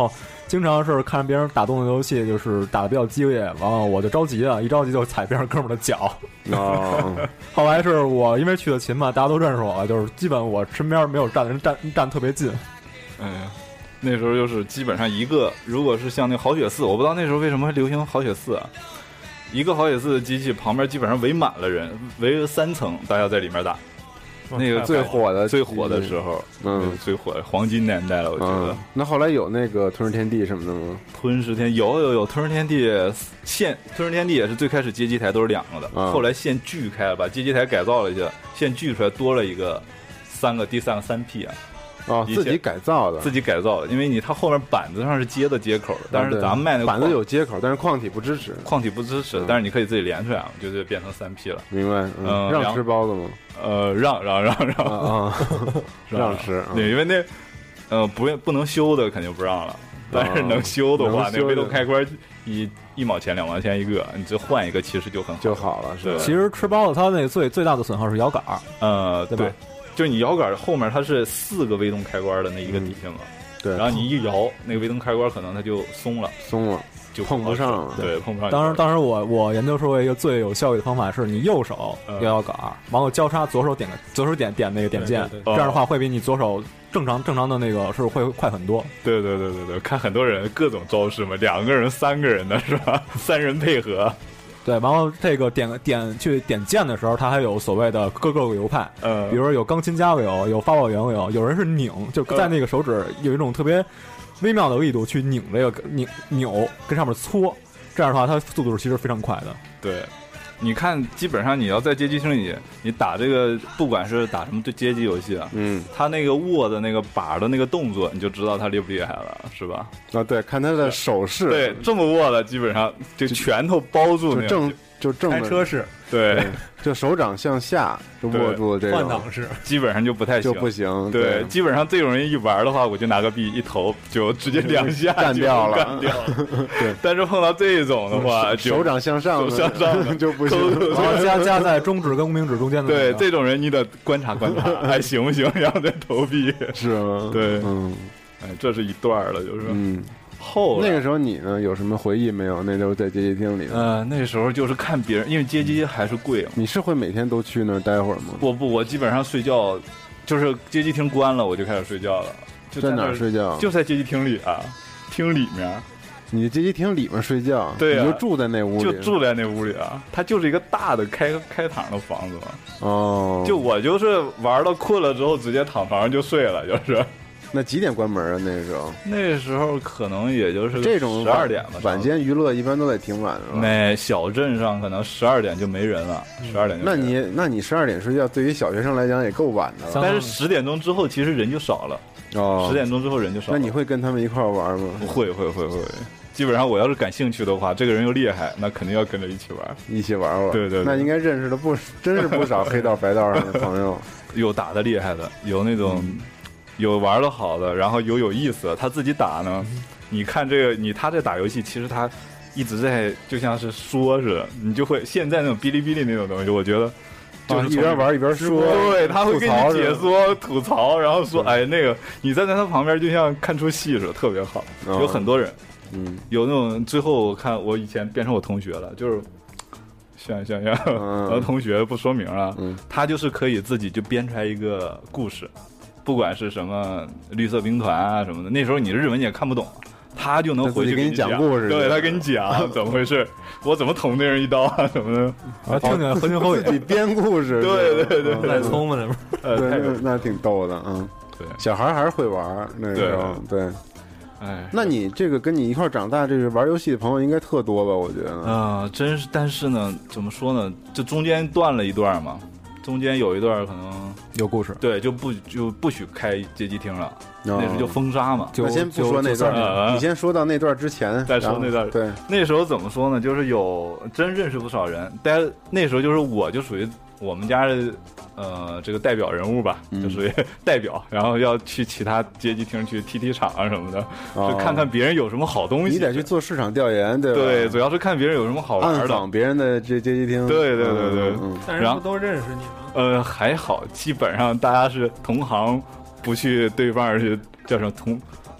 Speaker 4: 经常是看别人打动作游戏，就是打的比较激烈，完了我就着急了，一着急就踩别人哥们儿的脚。
Speaker 2: 哦，
Speaker 4: 后来是我因为去的勤嘛，大家都认识我了，就是基本我身边没有站的人站站特别近。
Speaker 5: 嗯，那时候就是基本上一个，如果是像那好雪四，我不知道那时候为什么会流行好雪四啊。一个好雪四的机器旁边基本上围满了人，围了三层，大家在里面打。那个
Speaker 2: 最火的
Speaker 5: 最火的时候，嗯，最火的黄金年代了，我觉得。
Speaker 2: 嗯、那后来有那个吞噬天地什么的吗？
Speaker 5: 吞噬天有有有吞噬天地线，吞噬天地也是最开始街机台都是两个的，嗯、后来线锯开了，把街机台改造了一下，线锯出来多了一个三个，第三个三 P 啊。
Speaker 2: 哦，自己改造的，
Speaker 5: 自己改造的，因为你它后面板子上是接的接口的，但是咱们卖那个
Speaker 2: 板子有接口，但是矿体不支持，
Speaker 5: 矿体不支持，嗯、但是你可以自己连出来，就是变成三 P 了。
Speaker 2: 明白？嗯，嗯让吃包子吗？
Speaker 5: 呃，让让让让
Speaker 2: 啊，让吃。
Speaker 5: 对，因为那呃不不能修的肯定不让了，但是能修的话，那微动开关一一毛钱两毛钱一个，你就换一个，其实就很好
Speaker 2: 就好了。是，
Speaker 4: 其实吃包子它那最最大的损耗是摇杆，
Speaker 5: 呃，
Speaker 4: 对吧？
Speaker 5: 对就是你摇杆后面它是四个微动开关的那一个底下嘛，
Speaker 2: 嗯、对，
Speaker 5: 然后你一摇那个微动开关可能它就松了，
Speaker 2: 松了
Speaker 5: 就
Speaker 2: 碰不上了，
Speaker 5: 对，碰不上。
Speaker 4: 当时当时我我研究出一个最有效率的方法是你右手摇摇杆，完后交叉左手点个左手点点那个点键，
Speaker 3: 对对
Speaker 4: 对这样的话会比你左手正常正常的那个是会快很多。
Speaker 5: 对对对对对，看很多人各种招式嘛，两个人三个人的是吧？三人配合。
Speaker 4: 对，然后这个点点去点键的时候，它还有所谓的各个流派，
Speaker 5: 嗯，
Speaker 4: 比如说有钢琴加流，有发报员流，有人是拧，就在那个手指有一种特别微妙的力度去拧这个拧扭跟上面搓，这样的话它速度是其实非常快的。
Speaker 5: 对，你看，基本上你要在街机厅里，你打这个，不管是打什么对街机游戏啊，
Speaker 2: 嗯，
Speaker 5: 他那个握的那个把的那个动作，你就知道他厉不厉害了，是吧？
Speaker 2: 啊，对，看他的手势，
Speaker 5: 对，这么握的，基本上就拳头包住那
Speaker 2: 就正就正
Speaker 3: 开车式，
Speaker 5: 对，
Speaker 2: 就手掌向下就握住了这
Speaker 3: 换挡式，
Speaker 5: 基本上就不太行，
Speaker 2: 就不行。
Speaker 5: 对，基本上这种人一玩的话，我就拿个币一投，就直接两下
Speaker 2: 干掉了，
Speaker 5: 干掉了。对，但是碰到这种的话，
Speaker 2: 手掌向上，
Speaker 5: 向上
Speaker 2: 就不行，
Speaker 4: 然后加加在中指跟无名指中间的。
Speaker 5: 对，这种人你得观察观察，还行不行，然后再投币，
Speaker 2: 是吗？
Speaker 5: 对，
Speaker 2: 嗯，
Speaker 5: 哎，这是一段了，就是
Speaker 2: 嗯。
Speaker 5: 后
Speaker 2: 那个时候你呢有什么回忆没有？那时候在街机厅里，
Speaker 5: 呃，那时候就是看别人，因为街机还是贵嘛。
Speaker 2: 你是会每天都去那儿待会儿吗？
Speaker 5: 我不，我基本上睡觉，就是街机厅关了我就开始睡觉了。就
Speaker 2: 在哪儿睡觉？
Speaker 5: 就在街机厅里啊，厅里面。
Speaker 2: 你街机厅里面睡觉？
Speaker 5: 对啊，
Speaker 2: 你就住在那屋里，
Speaker 5: 就住在那屋里啊。它就是一个大的开开膛的房子嘛。
Speaker 2: 哦，
Speaker 5: 就我就是玩到困了之后，直接躺床上就睡了，就是。
Speaker 2: 那几点关门啊？那时候，
Speaker 5: 那时候可能也就是
Speaker 2: 这种
Speaker 5: 十二点吧。
Speaker 2: 晚间娱乐一般都得挺晚的。
Speaker 5: 那小镇上可能十二点就没人了，十二点就没人了。
Speaker 2: 那你那你十二点睡觉，对于小学生来讲也够晚的了。
Speaker 5: 但是十点钟之后其实人就少了。
Speaker 2: 哦，
Speaker 5: 十点钟之后人就少了。
Speaker 2: 那你会跟他们一块玩吗？
Speaker 5: 会会会会。基本上我要是感兴趣的话，这个人又厉害，那肯定要跟着一起玩，
Speaker 2: 一起玩玩。
Speaker 5: 对 对, 对。
Speaker 2: 那应该认识了不真是不少黑道白道上的朋友，
Speaker 5: 有打的厉害的，有那种。嗯有玩的好的，然后有有意思的，他自己打呢。你看这个，你他这打游戏，其实他一直在就像是说似的，你就会现在那种哔哩哔哩那种东西，我觉得就是
Speaker 2: 一边玩一边说，
Speaker 5: 对，他会跟你解说吐槽，然后说，哎，那个你站在他旁边就像看出戏似的，特别好。有很多人，
Speaker 2: 嗯，
Speaker 5: 有那种最后我看我以前变成我同学了，就是。像像像，我的同学不说名了，
Speaker 2: 嗯，
Speaker 5: 他就是可以自己就编出来一个故事。不管是什么绿色兵团啊什么的，那时候你日文你也看不懂，他就能回去
Speaker 2: 给你讲故事，
Speaker 5: 对他跟你讲怎么回事，我怎么捅那人一刀啊什么的，
Speaker 4: 啊，听起来合情合理，
Speaker 2: 自己编故事，
Speaker 5: 对对对，
Speaker 3: 太聪明了，
Speaker 5: 呃，
Speaker 2: 对，那挺逗的，嗯，
Speaker 5: 对，
Speaker 2: 小孩还是会玩那时候，对，
Speaker 5: 哎，
Speaker 2: 那你这个跟你一块长大，这个玩游戏的朋友应该特多吧？我觉得
Speaker 5: 啊、呃，真是，但是呢，怎么说呢？就中间断了一段嘛。中间有一段可能
Speaker 4: 有故事，
Speaker 5: 对，就不就不许开街机厅了，
Speaker 2: 哦、
Speaker 5: 那时候就封杀嘛。
Speaker 2: 那先不说那段，呃、你先说到那段之前，
Speaker 5: 再说那段。
Speaker 2: 对，
Speaker 5: 那时候怎么说呢？就是有真认识不少人，但那时候就是我就属于我们家的呃这个代表人物吧，
Speaker 2: 嗯、
Speaker 5: 就属于代表，然后要去其他街机厅去踢踢场啊什么的，
Speaker 2: 哦、
Speaker 5: 就看看别人有什么好东西。
Speaker 2: 你得去做市场调研，对吧？
Speaker 5: 对，主要是看别人有什么好玩的，
Speaker 2: 暗访别人的这街机厅。
Speaker 5: 对对对对，
Speaker 2: 嗯、
Speaker 3: 但是不都认识你吗？
Speaker 5: 呃，还好，基本上大家是同行，不去对方去叫什么同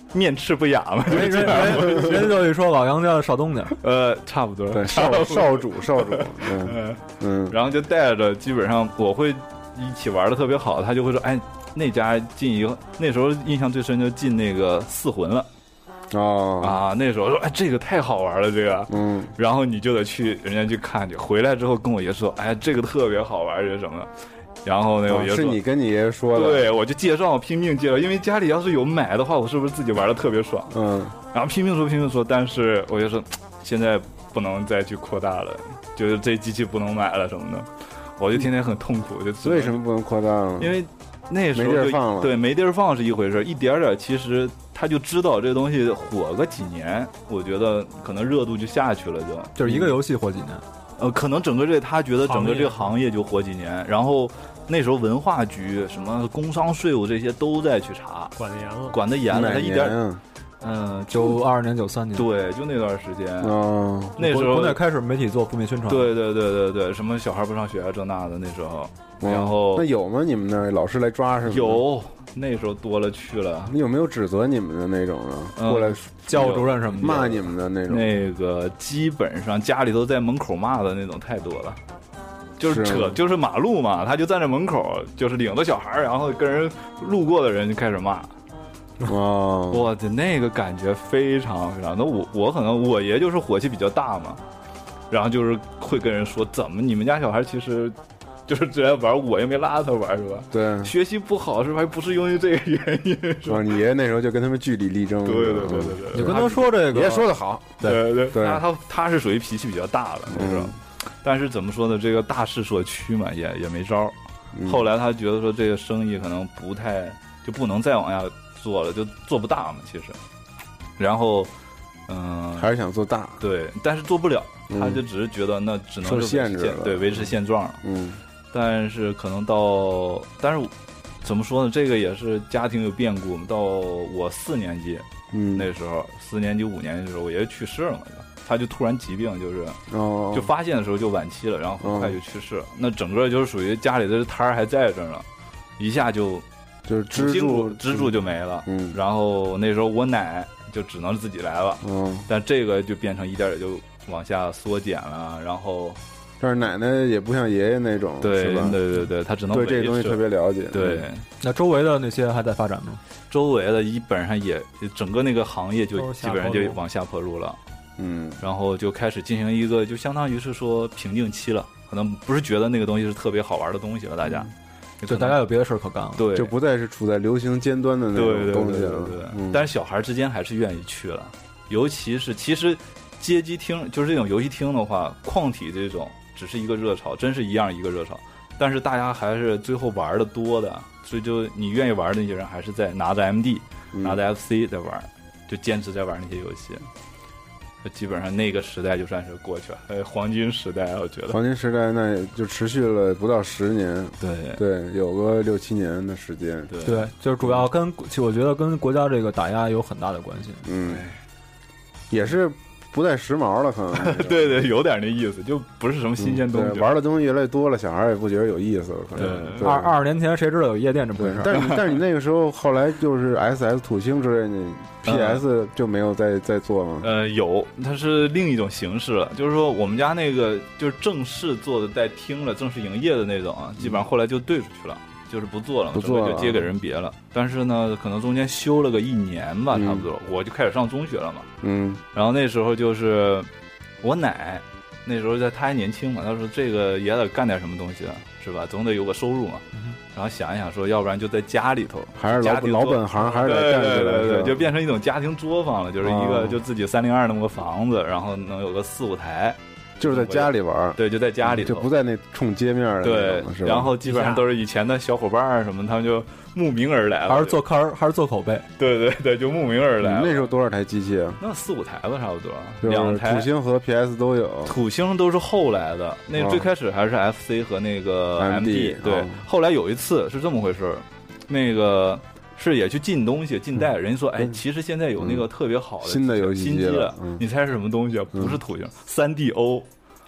Speaker 5: 面赤不雅嘛，就是
Speaker 4: 人
Speaker 5: 这样。
Speaker 4: 人人就一说老杨家少东家，
Speaker 5: 呃，差不多，
Speaker 2: 对，少少主少主，嗯
Speaker 5: 嗯，
Speaker 2: 嗯，
Speaker 5: 然后就带着，基本上我会一起玩的特别好，他就会说，哎，那家进一个，那时候印象最深就进那个四魂了。
Speaker 2: 哦
Speaker 5: 啊，那时候说哎，这个太好玩了，这个，
Speaker 2: 嗯，
Speaker 5: 然后你就得去人家去看去，回来之后跟我爷说，哎，这个特别好玩，这什么的，然后呢，我爷说、
Speaker 2: 哦、是你跟你爷爷说的，
Speaker 5: 对，我就介绍，拼命介绍，因为家里要是有买的话，我是不是自己玩的特别爽？
Speaker 2: 嗯，
Speaker 5: 然后拼命说拼命说，但是我就说现在不能再去扩大了，就是这机器不能买了什么的，我就天天很痛苦，就
Speaker 2: 为什么不能扩大呢？
Speaker 5: 因为那时候
Speaker 2: 没地儿放了，
Speaker 5: 对，没地儿放是一回事，一点点其实。他就知道这东西火个几年，我觉得可能热度就下去了就，就
Speaker 4: 就是一个游戏火几年，
Speaker 5: 呃，可能整个这他觉得整个这个行业就火几年，然后那时候文化局什么工商税务这些都在去查，
Speaker 3: 管得严了，
Speaker 5: 管得严了，他一点，嗯，
Speaker 4: 九二年九三年，
Speaker 5: 对，就那段时间，
Speaker 2: 嗯，
Speaker 5: 那时候
Speaker 4: 国内开始媒体做负面宣传，
Speaker 5: 对对对对对，什么小孩不上学啊这那的那时候，然后
Speaker 2: 那有吗？你们那儿老师来抓什么？
Speaker 5: 有。那时候多了去了，
Speaker 2: 你有没有指责你们的那种呢？嗯、过来
Speaker 4: 教务主任什么的
Speaker 2: 骂你们的那种？
Speaker 5: 那个基本上家里都在门口骂的那种太多了，就是扯，是就是马路嘛，他就站在门口，就是领着小孩，然后跟人路过的人就开始骂。
Speaker 2: 哦，
Speaker 5: 我的那个感觉非常非常，那我我可能我爷就是火气比较大嘛，然后就是会跟人说，怎么你们家小孩其实。就是只爱玩，我也没拉他玩，是吧？
Speaker 2: 对，
Speaker 5: 学习不好是吧？还不是因为这个原因，是吧？
Speaker 2: 你爷爷那时候就跟他们据理力争。
Speaker 5: 对对对对对，
Speaker 4: 你跟他说这个，
Speaker 2: 爷爷说的好，
Speaker 5: 对对
Speaker 2: 对。
Speaker 5: 那他他是属于脾气比较大的，是吧？但是怎么说呢？这个大势所趋嘛，也也没招。后来他觉得说这个生意可能不太，就不能再往下做了，就做不大嘛，其实。然后，嗯，
Speaker 2: 还是想做大，
Speaker 5: 对，但是做不了，他就只是觉得那只能
Speaker 2: 受限制了，
Speaker 5: 对，维持现状，
Speaker 2: 嗯。
Speaker 5: 但是可能到，但是怎么说呢？这个也是家庭有变故。到我四年级，
Speaker 2: 嗯，
Speaker 5: 那时候四年级五年级的时候，我爷爷去世了嘛，他就突然疾病，就是
Speaker 2: 哦，
Speaker 5: 就发现的时候就晚期了，然后很快就去世了。哦、那整个就是属于家里的摊儿还在这呢，一下就
Speaker 2: 就是支柱
Speaker 5: 支柱就没了。
Speaker 2: 嗯，
Speaker 5: 然后那时候我奶就只能自己来了。
Speaker 2: 嗯，
Speaker 5: 但这个就变成一点点就往下缩减了，然后。
Speaker 2: 但是奶奶也不像爷爷那种，
Speaker 5: 对
Speaker 2: 是吧？
Speaker 5: 对对对，他只能
Speaker 2: 对这东西特别了解。
Speaker 5: 对，
Speaker 4: 那周围的那些还在发展吗？
Speaker 5: 周围的基本上也整个那个行业就基本上就往下坡路了，
Speaker 2: 嗯，
Speaker 5: 然后就开始进行一个就相当于是说瓶颈期了，可能不是觉得那个东西是特别好玩的东西了，大家，
Speaker 4: 就大家有别的事儿可干了，
Speaker 5: 对，
Speaker 2: 就不再是处在流行尖端的那种东西了。
Speaker 5: 对对对，但是小孩之间还是愿意去了，尤其是其实街机厅就是这种游戏厅的话，矿体这种。只是一个热潮，真是一样一个热潮，但是大家还是最后玩的多的，所以就你愿意玩的那些人还是在拿着 M D、嗯、拿着 F C 在玩，就坚持在玩那些游戏。基本上那个时代就算是过去了，呃，黄金时代，我觉得
Speaker 2: 黄金时代那就持续了不到十年，
Speaker 5: 对
Speaker 2: 对，有个六七年的时间，
Speaker 5: 对
Speaker 4: 对，就是主要跟，其实我觉得跟国家这个打压有很大的关系，
Speaker 2: 嗯，也是。不再时髦了，可能
Speaker 5: 对对，有点那意思，就不是什么新鲜东西。
Speaker 2: 嗯、玩的东西越来越多了，小孩也不觉得有意思了。可能
Speaker 5: 对，
Speaker 4: 二二十年前谁知道有夜店这么回事？
Speaker 2: 但是但是你那个时候后来就是 S S 土星之类的 ，P S 就没有再再做吗？
Speaker 5: 呃，有，它是另一种形式了。就是说我们家那个就是正式做的带厅了，正式营业的那种啊，基本上后来就兑出去了。就是不做了，
Speaker 2: 不做了
Speaker 5: 就接给人别了。但是呢，可能中间休了个一年吧，差不多，嗯、我就开始上中学了嘛。
Speaker 2: 嗯，
Speaker 5: 然后那时候就是我奶，那时候在她还年轻嘛，她说这个也得干点什么东西啊，是吧？总得有个收入嘛。嗯、然后想一想说，要不然就在家里头，
Speaker 2: 还是老老本行，还是得干
Speaker 5: 对对对，就变成一种家庭作坊了，就是一个、哦、就自己三零二那么个房子，然后能有个四五台。
Speaker 2: 就是在家里玩，
Speaker 5: 对，就在家里，
Speaker 2: 就不在那冲街面的，
Speaker 5: 对，然后基本上都是以前的小伙伴什么，他们就慕名而来了，
Speaker 4: 还是做坑，还是做口碑，
Speaker 5: 对对对，就慕名而来。
Speaker 2: 那时候多少台机器啊？
Speaker 5: 那四五台吧，差不多，
Speaker 2: 两
Speaker 5: 台。
Speaker 2: 土星和 P S 都有，
Speaker 5: 土星都是后来的，那最开始还是 F C 和那个 M D， 对，后来有一次是这么回事，那个。是也去进东西进袋，人家说哎，其实现在有那个特别好的
Speaker 2: 新的游戏
Speaker 5: 新机了，你猜是什么东西啊？不是土星，三 D O，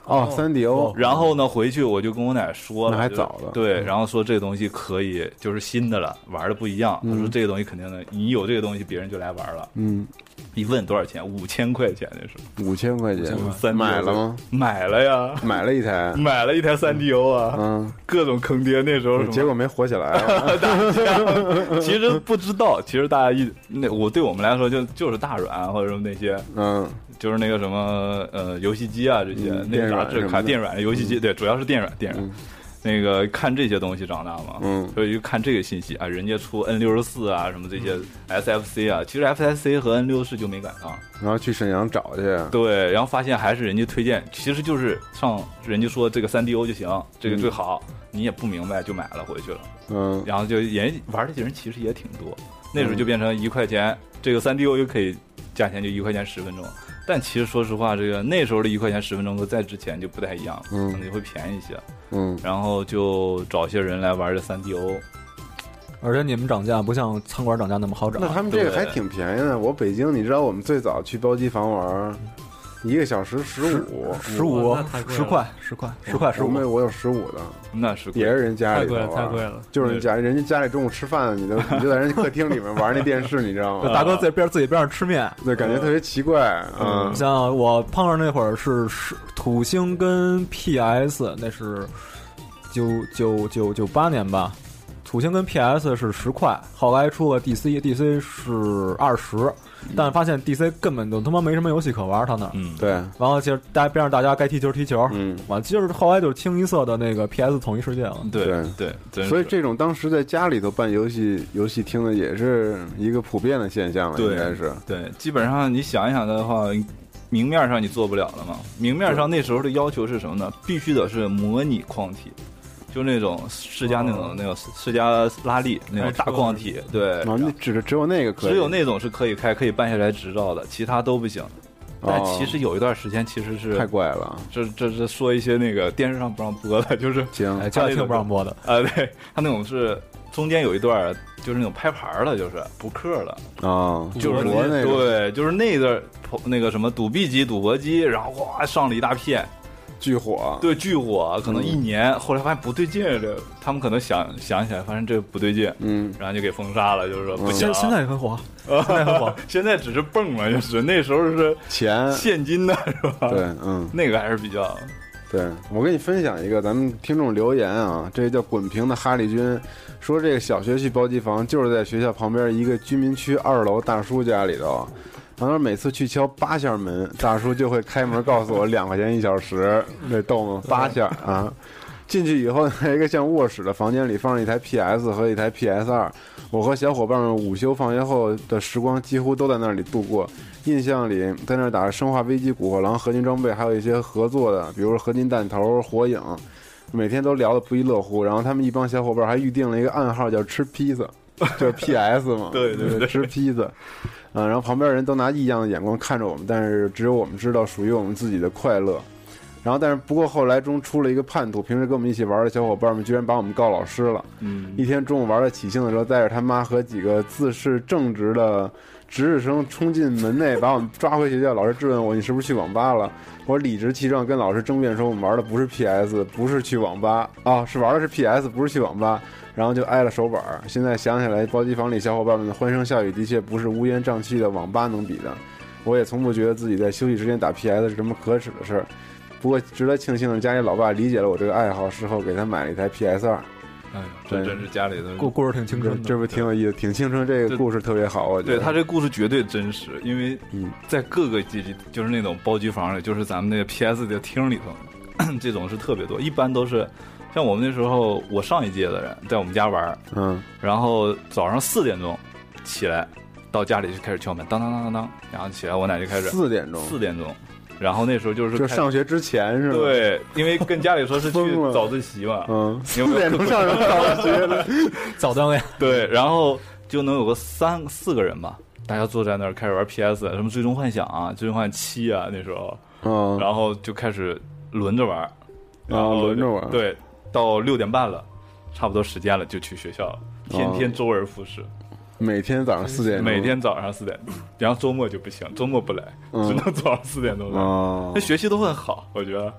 Speaker 2: 哦，三 D O，
Speaker 5: 然后呢，回去我就跟我奶说了，
Speaker 2: 那还早了，
Speaker 5: 对，然后说这个东西可以，就是新的了，玩的不一样。他说这个东西肯定的，你有这个东西，别人就来玩了。
Speaker 2: 嗯，
Speaker 5: 一问多少钱？五千块钱，那是
Speaker 2: 五千块钱，
Speaker 5: 三
Speaker 2: 买了吗？
Speaker 5: 买了呀，
Speaker 2: 买了一台，
Speaker 5: 买了一台三 D O 啊，
Speaker 2: 嗯，
Speaker 5: 各种坑爹。那时候
Speaker 2: 结果没火起来。
Speaker 5: 其实不知道，其实大家一那我对我们来说就就是大软或者什么那些，
Speaker 2: 嗯。
Speaker 5: 就是那个什么呃游戏机啊这些，
Speaker 2: 嗯、
Speaker 5: 那个杂志卡电软游戏机，对，主要是电软电软。嗯、那个看这些东西长大嘛，
Speaker 2: 嗯，
Speaker 5: 所以就看这个信息啊，人家出 N 六十四啊什么这些 S F C 啊，其实 F S C 和 N 六十四就没赶上，
Speaker 2: 然后去沈阳找去，
Speaker 5: 对，然后发现还是人家推荐，其实就是上人家说这个 三 D O 就行，这个最好，嗯、你也不明白就买了回去了，
Speaker 2: 嗯，
Speaker 5: 然后就人玩的人其实也挺多，那时候就变成一块钱，这个 三 D O 就可以价钱就一块钱十分钟。但其实说实话，这个那时候的一块钱十分钟和在之前就不太一样了，嗯，可能就会便宜一些，
Speaker 2: 嗯，
Speaker 5: 然后就找些人来玩这三 D O，
Speaker 4: 而且你们涨价不像餐馆涨价那么好涨，
Speaker 2: 那他们这个还挺便宜的。我北京，你知道我们最早去包机房玩，一个小时十五，
Speaker 4: 十五，十块，十块，十块，十五。
Speaker 2: 我有十五的，
Speaker 5: 那是
Speaker 2: 也是人家里
Speaker 3: 太贵了，太贵了。
Speaker 2: 就是人家人家家里中午吃饭，你都你就在人家客厅里面玩那电视，你知道吗？
Speaker 4: 大哥在边自己边上吃面，
Speaker 2: 对，感觉特别奇怪。嗯，
Speaker 4: 像我碰上那会儿是是土星跟 P S， 那是九九九九八年吧。土星跟 P S 是十块，后来出了 D C，D C 是二十，但是发现 D C 根本就他妈没什么游戏可玩，他那儿，
Speaker 5: 嗯，
Speaker 2: 对。
Speaker 4: 完了，其实大家边上大家该踢球踢球，
Speaker 2: 嗯，
Speaker 4: 完了，接着后来就是清一色的那个 P S 统一世界了，
Speaker 5: 对对对。
Speaker 2: 所以这种当时在家里头办游戏游戏厅的也是一个普遍的现象了，应该是。
Speaker 5: 对，基本上你想一想的话，明面上你做不了了嘛。明面上那时候的要求是什么呢？必须得是模拟矿体。就那种世嘉那种、哦、那种世嘉拉力那种大矿体，对，
Speaker 2: 啊，那只只有那个可以，
Speaker 5: 只有那种是可以开可以办下来执照的，其他都不行。但其实有一段时间其实是
Speaker 2: 太怪了，
Speaker 5: 这这这说一些那个电视上不让播的，就是
Speaker 2: 行，
Speaker 4: 哎，家里听不让播的
Speaker 5: 啊、呃，对他那种是中间有一段就是那种拍牌的，就是扑克的
Speaker 2: 啊，
Speaker 5: 就是
Speaker 2: 那个
Speaker 5: 对，就是那段那个什么赌币机、赌博机，然后哇上了一大片。
Speaker 2: 巨火，
Speaker 5: 对，巨火，可能一年，嗯、后来发现不对劲，这他们可能想想起来，发现这不对劲，
Speaker 2: 嗯，
Speaker 5: 然后就给封杀了，就是说不行。
Speaker 4: 现现在也很火，现在很火，
Speaker 5: 现在只是蹦了，就是那时候是
Speaker 2: 钱
Speaker 5: 现金的是吧？
Speaker 2: 对，嗯，
Speaker 5: 那个还是比较。
Speaker 2: 对，我跟你分享一个咱们听众留言啊，这叫滚屏的哈利君说，这个小学去包机房就是在学校旁边一个居民区二楼大叔家里头。然后每次去敲八下门，大叔就会开门告诉我两块钱一小时，那逗吗？八下啊！进去以后，在一个像卧室的房间里放着一台 P S 和一台 P S 二，我和小伙伴们午休放学后的时光几乎都在那里度过。印象里，在那儿打着《生化危机》《古惑狼》合金装备，还有一些合作的，比如合金弹头、火影，每天都聊得不亦乐乎。然后他们一帮小伙伴还预定了一个暗号，叫吃披萨，就是 P S 嘛，
Speaker 5: 对对
Speaker 2: 对, 对，吃披萨。嗯，然后旁边人都拿异样的眼光看着我们，但是只有我们知道属于我们自己的快乐。然后，但是不过后来中出了一个叛徒，平时跟我们一起玩的小伙伴们居然把我们告老师了。嗯，一天中午玩的起兴的时候，带着他妈和几个自视正直的值日生冲进门内，把我们抓回学校。老师质问我：“你是不是去网吧了？”我理直气壮跟老师争辩说：“我们玩的不是 P S， 不是去网吧啊，是玩的是 P S， 不是去网吧。”然后就挨了手板。现在想起来，包机房里小伙伴们的欢声笑语的确不是乌烟瘴气的网吧能比的。我也从不觉得自己在休息时间打 P S 是什么可耻的事儿。不过值得庆幸的，家里老爸理解了我这个爱好，事后给他买了一台 P S 二。
Speaker 5: 哎，这真是家里的
Speaker 4: 故故事挺青春的，
Speaker 2: 这不挺有意思，挺青春。这个故事特别好，我觉得。
Speaker 5: 对他这故事绝对真实，因为在各个阶级，就是那种包机房里，就是咱们那个 P S 的厅里头，这种是特别多。一般都是像我们那时候，我上一届的人在我们家玩，嗯，然后早上四点钟起来，到家里就开始敲门，当当当当当，然后起来我奶就开始
Speaker 2: 四点钟，
Speaker 5: 四点钟。然后那时候就是
Speaker 2: 就上学之前是吧？
Speaker 5: 对，因为跟家里说是去早自习嘛，
Speaker 2: 嗯，四点钟上着早学了，
Speaker 4: 早锻炼。
Speaker 5: 对，然后就能有个三四个人吧，大家坐在那儿开始玩 P S， 什么最终幻想啊、最终幻想七啊，那时候，嗯，然后就开始轮着玩，然后
Speaker 2: 轮着玩，
Speaker 5: 对，到六点半了，差不多时间了就去学校了，天天周而复始。
Speaker 2: 每天早上四点钟，
Speaker 5: 每天早上四点，然后周末就不行，周末不来，嗯、只能早上四点钟来。哦，那学习都很好，我觉得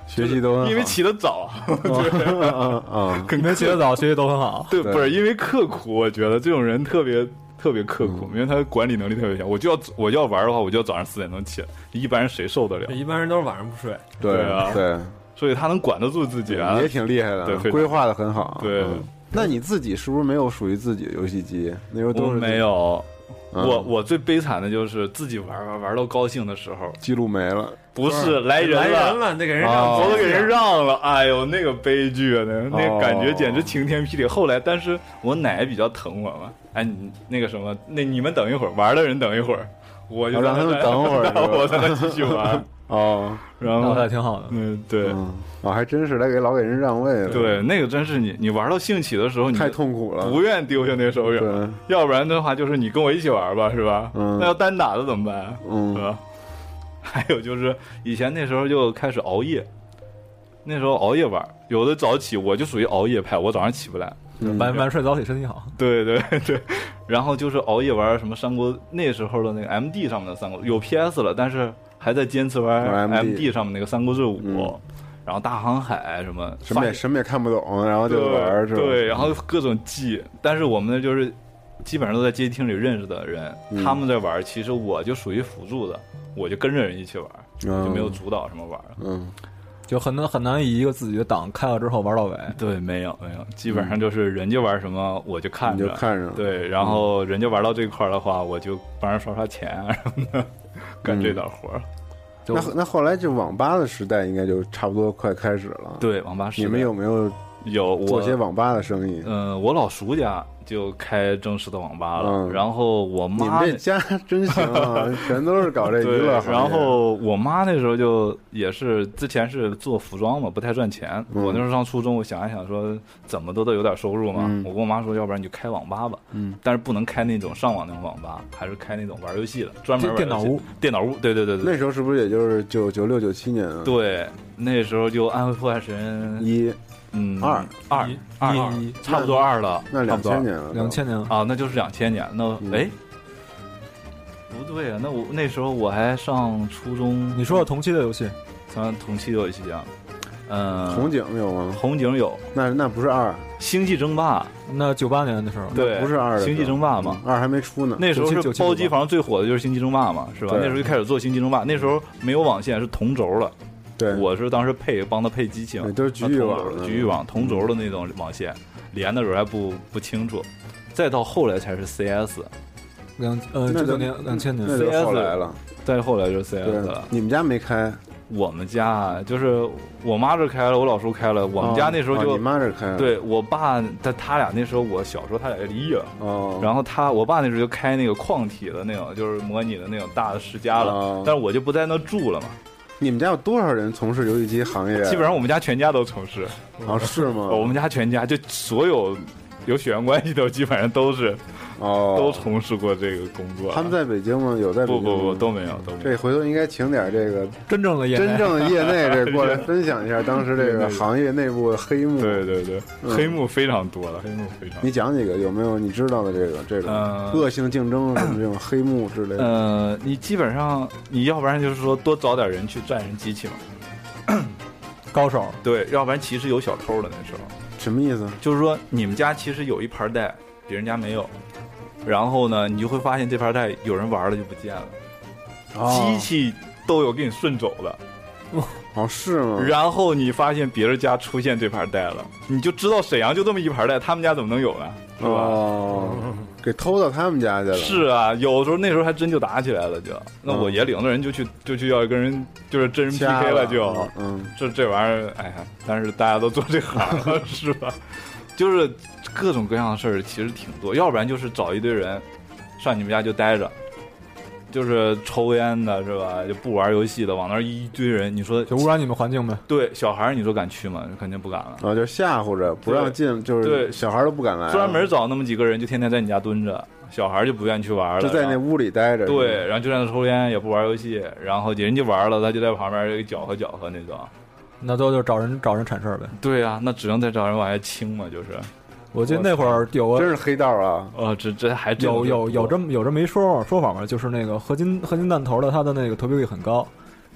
Speaker 2: 学习都很好
Speaker 5: 因为起得早，
Speaker 2: 嗯嗯，
Speaker 4: 因为起得早，学习都很好。
Speaker 5: 对，
Speaker 2: 对
Speaker 5: 不是因为刻苦，我觉得这种人特别特别刻苦，因为他管理能力特别强。我就要我要玩的话，我就要早上四点钟起来，一般人谁受得了？
Speaker 3: 一般人都是晚上不睡。
Speaker 2: 对
Speaker 5: 啊
Speaker 2: 对，
Speaker 5: 所以他能管得住自己啊，
Speaker 2: 你也挺厉害的，
Speaker 5: 对，
Speaker 2: 规划的很好。
Speaker 5: 对，
Speaker 2: 嗯那你自己是不是没有属于自己的游戏机？那时候都是
Speaker 5: 我没有。
Speaker 2: 嗯
Speaker 5: 我我最悲惨的就是自己玩玩玩到高兴的时候，
Speaker 2: 记录没了，
Speaker 5: 不是来人
Speaker 3: 来
Speaker 5: 了，
Speaker 3: 人了，得给人让
Speaker 2: 哦
Speaker 5: 我都给人让了，哎呦，那个悲剧啊，那那
Speaker 2: 哦
Speaker 5: 个感觉简直晴天霹雳。后来，但是我奶比较疼我嘛，哎，你那个什么，那你们等一会儿，玩的人等一会儿，我就
Speaker 2: 哦让他们等会儿是吧
Speaker 5: 我在那继续玩。
Speaker 2: 哦，
Speaker 5: 然后
Speaker 4: 那还挺好的。
Speaker 5: 嗯，对。
Speaker 2: 嗯，哦，还真是来给老给人让位了。
Speaker 5: 对，那个真是你，你玩到兴起的时候，你
Speaker 2: 太痛苦了。
Speaker 5: 不愿丢下那手
Speaker 2: 对
Speaker 5: 柄，要不然的话就是你跟我一起玩吧，是吧？
Speaker 2: 嗯
Speaker 5: 那要单打的怎么办？
Speaker 2: 嗯
Speaker 5: 是吧？还有就是以前那时候就开始熬夜，那时候熬夜玩，有的早起，我就属于熬夜派，我早上起不来。
Speaker 2: 嗯
Speaker 4: 晚晚睡早起身体好。
Speaker 5: 对对对，然后就是熬夜玩什么三国，那时候的那个 M D 上面的三国，有 P S 了，但是还在坚持玩
Speaker 2: M D
Speaker 5: M D 上面那个三国志五、
Speaker 2: 嗯
Speaker 5: 然后大航海什么，
Speaker 2: 什么也什么也看不懂，然后就玩是吧？
Speaker 5: 对，然后各种记，但是我们呢就是基本上都在街机厅里认识的人，
Speaker 2: 嗯
Speaker 5: 他们在玩，其实我就属于辅助的，我就跟着人一起玩，
Speaker 2: 嗯
Speaker 5: 就没有主导什么玩。
Speaker 2: 嗯，
Speaker 4: 就很难很难以一个自己的档开了之后玩到尾。
Speaker 5: 对，没有没有，基本上就是人家玩什么我就看着，
Speaker 2: 你就看着
Speaker 5: 对，然后人家玩到这块儿的话，我就帮人刷刷钱啊什么的，干这点活儿。
Speaker 4: 就
Speaker 2: 那那后来就网吧的时代应该就差不多快开始了。，
Speaker 5: 对，网吧是
Speaker 2: 你们有没有
Speaker 5: 有我
Speaker 2: 做些网吧的生意？
Speaker 5: 嗯、我老叔家就开正式的网吧了，
Speaker 2: 嗯
Speaker 5: 然后我
Speaker 2: 你
Speaker 5: 妈
Speaker 2: 们这家真行啊，全都是搞这娱
Speaker 5: 对，
Speaker 2: 乐行业。
Speaker 5: 然后我妈那时候就也是之前是做服装嘛，不太赚钱。
Speaker 2: 嗯
Speaker 5: 我那时候上初中，我想一想说怎么都得有点收入嘛。
Speaker 2: 嗯
Speaker 5: 我跟我妈说，要不然你就开网吧吧，
Speaker 2: 嗯，
Speaker 5: 但是不能开那种上网那种网吧，还是开那种玩游戏的，专门玩游戏
Speaker 4: 电脑屋。
Speaker 5: 电脑屋，对对对对。
Speaker 2: 那时候是不是也就是九九六九七年啊？
Speaker 5: 对，那时候就《安徽破坏神》
Speaker 2: 一
Speaker 5: 嗯
Speaker 2: 二
Speaker 5: 二
Speaker 3: 一
Speaker 5: 二
Speaker 4: 一
Speaker 5: 差不多二了，
Speaker 2: 那两千年了，
Speaker 4: 两千年
Speaker 5: 啊，那就是两千年。那
Speaker 2: 嗯
Speaker 5: 哎，不对啊，那我那时候我还上初中。
Speaker 4: 你说的同期的游戏，
Speaker 5: 咱同期游戏啊，嗯，
Speaker 2: 红警有吗？
Speaker 5: 红警有，
Speaker 2: 那那不是二，
Speaker 5: 星际争霸，
Speaker 4: 那九八年的时候，
Speaker 5: 对，
Speaker 2: 不是二的时候
Speaker 5: 星际争霸嘛。
Speaker 2: 二还没出呢。
Speaker 5: 那时候是
Speaker 4: 九七
Speaker 5: 包机房最火的就是星际争霸嘛，是吧？
Speaker 2: 对
Speaker 5: 那时候就开始做星际争霸，那时候没有网线，是同轴了。
Speaker 2: 对，
Speaker 5: 我是当时配帮他配机器嘛
Speaker 2: 对，都是局域网的
Speaker 5: 同轴局域网同轴的那种网线，连的时候还不不清楚。再到后来才是 C S，
Speaker 4: 两呃
Speaker 2: 那就
Speaker 4: 九九年两千年
Speaker 2: 那就后来了。
Speaker 5: 再后来就是 C S
Speaker 2: 对
Speaker 5: 了。，
Speaker 2: 你们家没开？
Speaker 5: 我们家就是我妈这开了，我老叔开了，我们家那时候就、
Speaker 2: 哦哦你妈这开了。，
Speaker 5: 对我爸他他俩那时候我小时候他俩就离异了。
Speaker 2: 哦，
Speaker 5: 然后他，我爸那时候就开那个矿体的那种，就是模拟的那种大的世家了，
Speaker 2: 哦
Speaker 5: 但是我就不在那住了嘛。
Speaker 2: 你们家有多少人从事游戏机行业？
Speaker 5: 基本上我们家全家都从事，
Speaker 2: 啊，是吗？
Speaker 5: 我们家全家就所有有血缘关系的，基本上都是
Speaker 2: 哦，
Speaker 5: 都从事过这个工作。
Speaker 2: 他们在北京吗？有在北京吗？
Speaker 5: 不不不都没有都没有。
Speaker 2: 这回头应该请点这个
Speaker 4: 真正的业内
Speaker 2: 真正的业内这过来分享一下当时这个行业内部的黑幕。
Speaker 5: 对对对，
Speaker 2: 嗯
Speaker 5: 黑幕非常多了，黑幕非常多。
Speaker 2: 你讲几个有没有你知道的这个这种
Speaker 5: 呃
Speaker 2: 恶性竞争什么这种黑幕之类的？
Speaker 5: 呃，你基本上你要不然就是说多找点人去占人机器嘛，
Speaker 4: 高手，
Speaker 5: 对，要不然其实有小偷的那时候。
Speaker 2: 什么意思？
Speaker 5: 就是说你们家其实有一盘带，别人家没有，然后呢，你就会发现这盘带有人玩了就不见了，
Speaker 2: 哦
Speaker 5: 机器都有给你顺走的，
Speaker 2: 哦是吗？
Speaker 5: 然后你发现别人家出现这盘带了，你就知道沈阳就这么一盘带，他们家怎么能有呢？是吧？
Speaker 2: 哦，给偷到他们家去了。
Speaker 5: 是啊，有时候那时候还真就打起来了就，那我爷领着人就去就去要跟人就是真人 P
Speaker 2: 掐
Speaker 5: K 了就，
Speaker 2: 嗯，
Speaker 5: 这这玩意儿，哎呀，但是大家都做这行了，是吧？就是各种各样的事儿，其实挺多。要不然就是找一堆人上你们家就待着，就是抽烟的，是吧？就不玩游戏的，往那儿一堆人，你说
Speaker 4: 就污染你们环境呗。
Speaker 5: 对小孩儿，你说敢去吗？肯定不敢了。
Speaker 2: 啊，就吓唬着不让进，就是
Speaker 5: 对
Speaker 2: 小孩都不敢来，
Speaker 5: 专门找那么几个人，就天天在你家蹲着，小孩儿就不愿意去玩了，
Speaker 2: 就在那
Speaker 5: 然后
Speaker 2: 屋里待着。
Speaker 5: 对，然后就在那抽烟，也不玩游戏，然后人家玩了，他就在旁边给搅和搅和那种。
Speaker 4: 那都就找人找人铲事儿呗。
Speaker 5: 对啊，那只能再找人往外清嘛，就是。
Speaker 4: 我记得那会儿有个
Speaker 2: 真是黑道啊！
Speaker 5: 哦，这这还真
Speaker 4: 有有有这
Speaker 5: 么
Speaker 4: 么有这么一说说法嘛，就是那个合金合金弹头的它的那个投币率很高，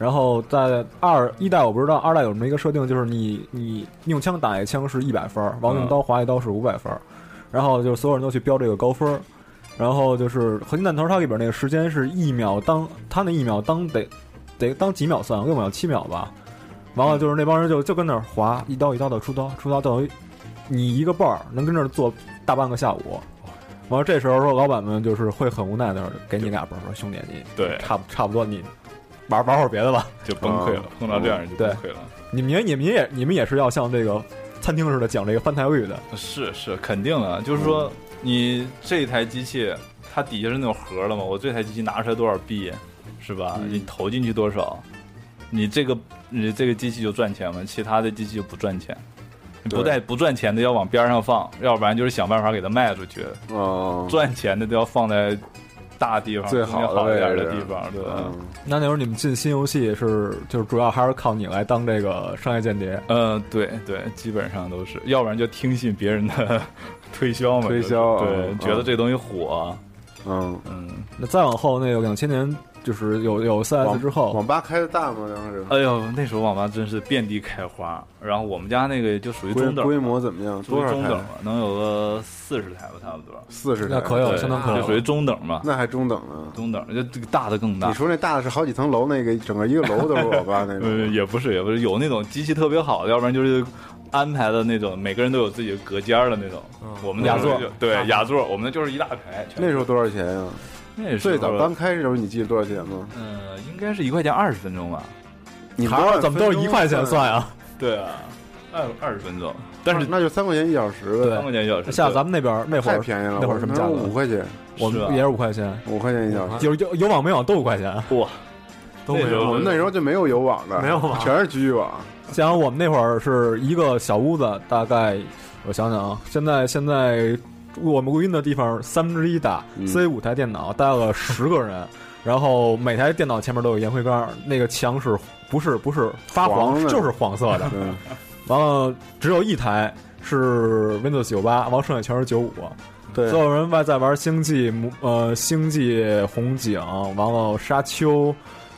Speaker 4: 然后在二一代我不知道，二代有这么一个设定，就是你你用枪打一枪是一百分，完用刀划一刀是五百分，然后就所有人都去标这个高分。然后就是合金弹头，它里边那个时间是一秒当，它那一秒当得得当几秒算，六秒七秒吧。完了就是那帮人就就跟那儿划，一刀一刀的出刀，出刀等于你一个伴儿能跟这儿做大半个下午。完了这时候说老板们就是会很无奈的给你俩本儿，说兄弟你
Speaker 5: 对
Speaker 4: 差不差不多你玩玩会儿别的吧，
Speaker 5: 就崩溃了，碰到这样人就崩溃了。
Speaker 4: 你们也你们也你们也是要像这个餐厅似的讲这个翻台率的，
Speaker 5: 是是肯定的，就是说。你这台机器，它底下是那种盒了嘛？我这台机器拿出来多少币，是吧？嗯、你投进去多少，你这个你这个机器就赚钱嘛？其他的机器就不赚钱。你不带不赚钱的要往边上放，要不然就是想办法给它卖出去。哦，赚钱的都要放在大地方，
Speaker 2: 最好
Speaker 5: 好一点的地方，对吧？
Speaker 4: 嗯、那那时候你们进新游戏是就是主要还是靠你来当这个商业间谍？
Speaker 5: 嗯、呃，对对，基本上都是，要不然就听信别人的。推销嘛，
Speaker 2: 推销、
Speaker 5: 就是、对、嗯，觉得这东西火，
Speaker 2: 嗯
Speaker 4: 嗯。那再往后，那个两千年就是有有 四 S 之后，
Speaker 2: 网吧开的大吗？当时？
Speaker 5: 哎呦，那时候网吧真是遍地开花。然后我们家那个就属于中等，
Speaker 2: 规模怎么样？
Speaker 5: 属于中等嘛，能有个四十台吧，差不多。
Speaker 2: 四十台，
Speaker 4: 那可以了，相当可以了，
Speaker 5: 就属于中等嘛。
Speaker 2: 那还中等呢？
Speaker 5: 中等，就这个大的更大。
Speaker 2: 你说那大的是好几层楼，那个整个一个楼都是网吧那种？
Speaker 5: 呃，也不是，也不是，有那种机器特别好的，要不然就是。安排的那种，每个人都有自己的隔间的那种。嗯、我们
Speaker 4: 雅座
Speaker 5: 对雅座，我们那就是一大排。
Speaker 2: 那时候多少钱呀、啊？
Speaker 5: 那时候
Speaker 2: 最早刚开始的时候，你记得多少钱吗？
Speaker 5: 嗯、呃，应该是一块钱二十分钟吧。
Speaker 2: 你
Speaker 4: 还是怎么都是一块钱算呀？
Speaker 5: 对啊，二二十分钟，但是
Speaker 2: 那就三块钱一小时呗。
Speaker 5: 三块钱一小时。
Speaker 4: 像咱们那边那会儿
Speaker 2: 太便宜了，
Speaker 4: 那会儿什么价格？
Speaker 2: 五块钱，
Speaker 4: 我们也是五块钱，
Speaker 2: 五块钱一小时。
Speaker 4: 有有有网没网都五块钱。
Speaker 5: 哇，
Speaker 2: 都没有。我们那时候就没有有网的，
Speaker 3: 没有网，
Speaker 2: 全是局域网。
Speaker 4: 像我们那会儿是一个小屋子，大概我想想啊，现在现在我们录音的地方三分之一大，塞五台电脑，待了十个人，然后每台电脑前面都有烟灰缸，那个墙是不是不是发黄，就是黄色的。完了，只有一台是 Windows 九八，完剩下全是九五。
Speaker 2: 对，
Speaker 4: 所有人外在玩星际，呃，星际红警，完了沙丘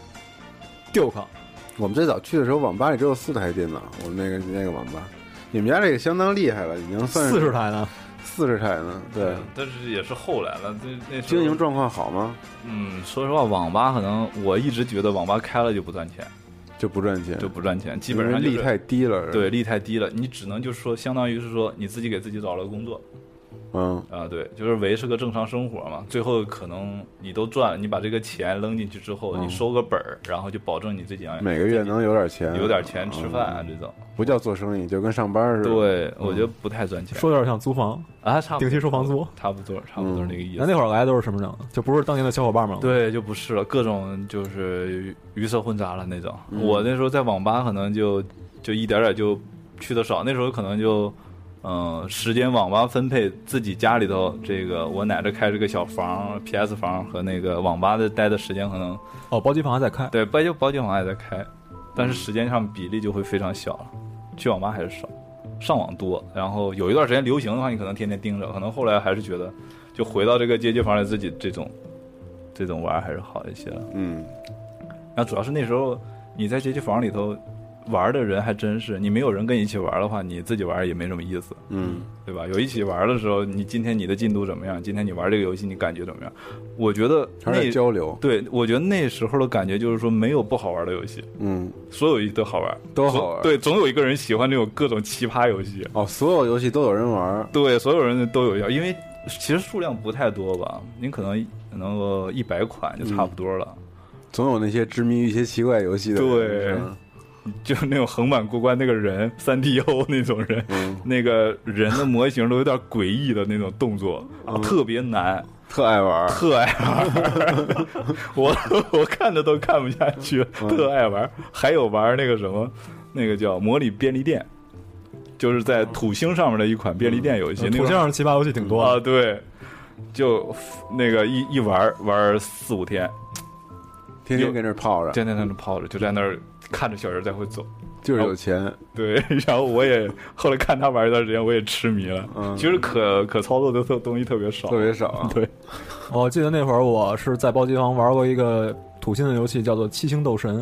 Speaker 4: ，Duke。
Speaker 2: 我们最早去的时候，网吧里只有四台电脑。我们那个那个网吧，你们家这个相当厉害了，已经算
Speaker 4: 四十台呢，
Speaker 2: 四十台呢。对、嗯，
Speaker 5: 但是也是后来了。那那
Speaker 2: 经营状况好吗？
Speaker 5: 嗯，说实话，网吧可能我一直觉得网吧开了就不赚钱，
Speaker 2: 就不赚钱，
Speaker 5: 就不赚钱，基本上、
Speaker 2: 就是、利太低了。
Speaker 5: 对，利太低了，你只能就是说，相当于是说你自己给自己找了工作。
Speaker 2: 嗯
Speaker 5: 啊，对，就是维持个正常生活嘛。最后可能你都赚，你把这个钱扔进去之后，嗯、你收个本儿，然后就保证你自己
Speaker 2: 每个月能有点钱，
Speaker 5: 有点钱吃饭啊，嗯、这种
Speaker 2: 不叫做生意，就跟上班似的。
Speaker 5: 对，嗯、我觉得不太赚钱。
Speaker 4: 说有点像租房
Speaker 5: 啊，差不多
Speaker 4: 定期收房租，
Speaker 5: 差不多，差不多那个意思。
Speaker 4: 那、嗯、那会儿来都是什么人？就不是当年的小伙伴们了。
Speaker 5: 对，就不是了，各种就是鱼色混杂了那种。
Speaker 2: 嗯、
Speaker 5: 我那时候在网吧可能就就一点点就去的少，那时候可能就。嗯，时间网吧分配自己家里头，这个我奶奶开这个小房 P S 房和那个网吧的待的时间可能
Speaker 4: 哦，包机房还在开，
Speaker 5: 对，包机包机房还在开，但是时间上比例就会非常小了，去网吧还是少，上网多，然后有一段时间流行的话，你可能天天盯着，可能后来还是觉得就回到这个街机房里自己这种这种玩还是好一些了。
Speaker 2: 嗯，
Speaker 5: 然后主要是那时候你在街机房里头。玩的人还真是，你没有人跟你一起玩的话，你自己玩也没什么意思，
Speaker 2: 嗯，
Speaker 5: 对吧？有一起玩的时候，你今天你的进度怎么样？今天你玩这个游戏你感觉怎么样？我觉得
Speaker 2: 还是交流。
Speaker 5: 对，我觉得那时候的感觉就是说没有不好玩的游戏，
Speaker 2: 嗯，
Speaker 5: 所有游戏都好玩，
Speaker 2: 都好玩。
Speaker 5: 对，总有一个人喜欢那种各种奇葩游戏。
Speaker 2: 哦，所有游戏都有人玩。
Speaker 5: 对，所有人都有要，因为其实数量不太多吧，你可能能够一百款就差不多了。
Speaker 2: 嗯、总有那些执迷于一些奇怪游戏的
Speaker 5: 人。对。就是那种横版过关那个人 三 D O 那种人、嗯、那个人的模型都有点诡异的那种动作、嗯、特别难，
Speaker 2: 特爱玩
Speaker 5: 特爱玩我我看着都看不下去、嗯、特爱玩。还有玩那个什么那个叫模拟便利店，就是在土星上面的一款便利店游戏、
Speaker 4: 嗯、土星上奇葩游戏挺多
Speaker 5: 啊，对，就那个一一玩玩四五天，
Speaker 2: 天天跟那泡着，
Speaker 5: 天天在那泡着，就在那儿看着小人在会走，
Speaker 2: 就是有钱。
Speaker 5: 对，然后我也后来看他玩一段时间，我也痴迷了。嗯，其实可可操作的东西特别少，
Speaker 2: 特别少、啊。
Speaker 5: 对，
Speaker 4: 我记得那会儿我是在包机房玩过一个土星的游戏，叫做《七星斗神》。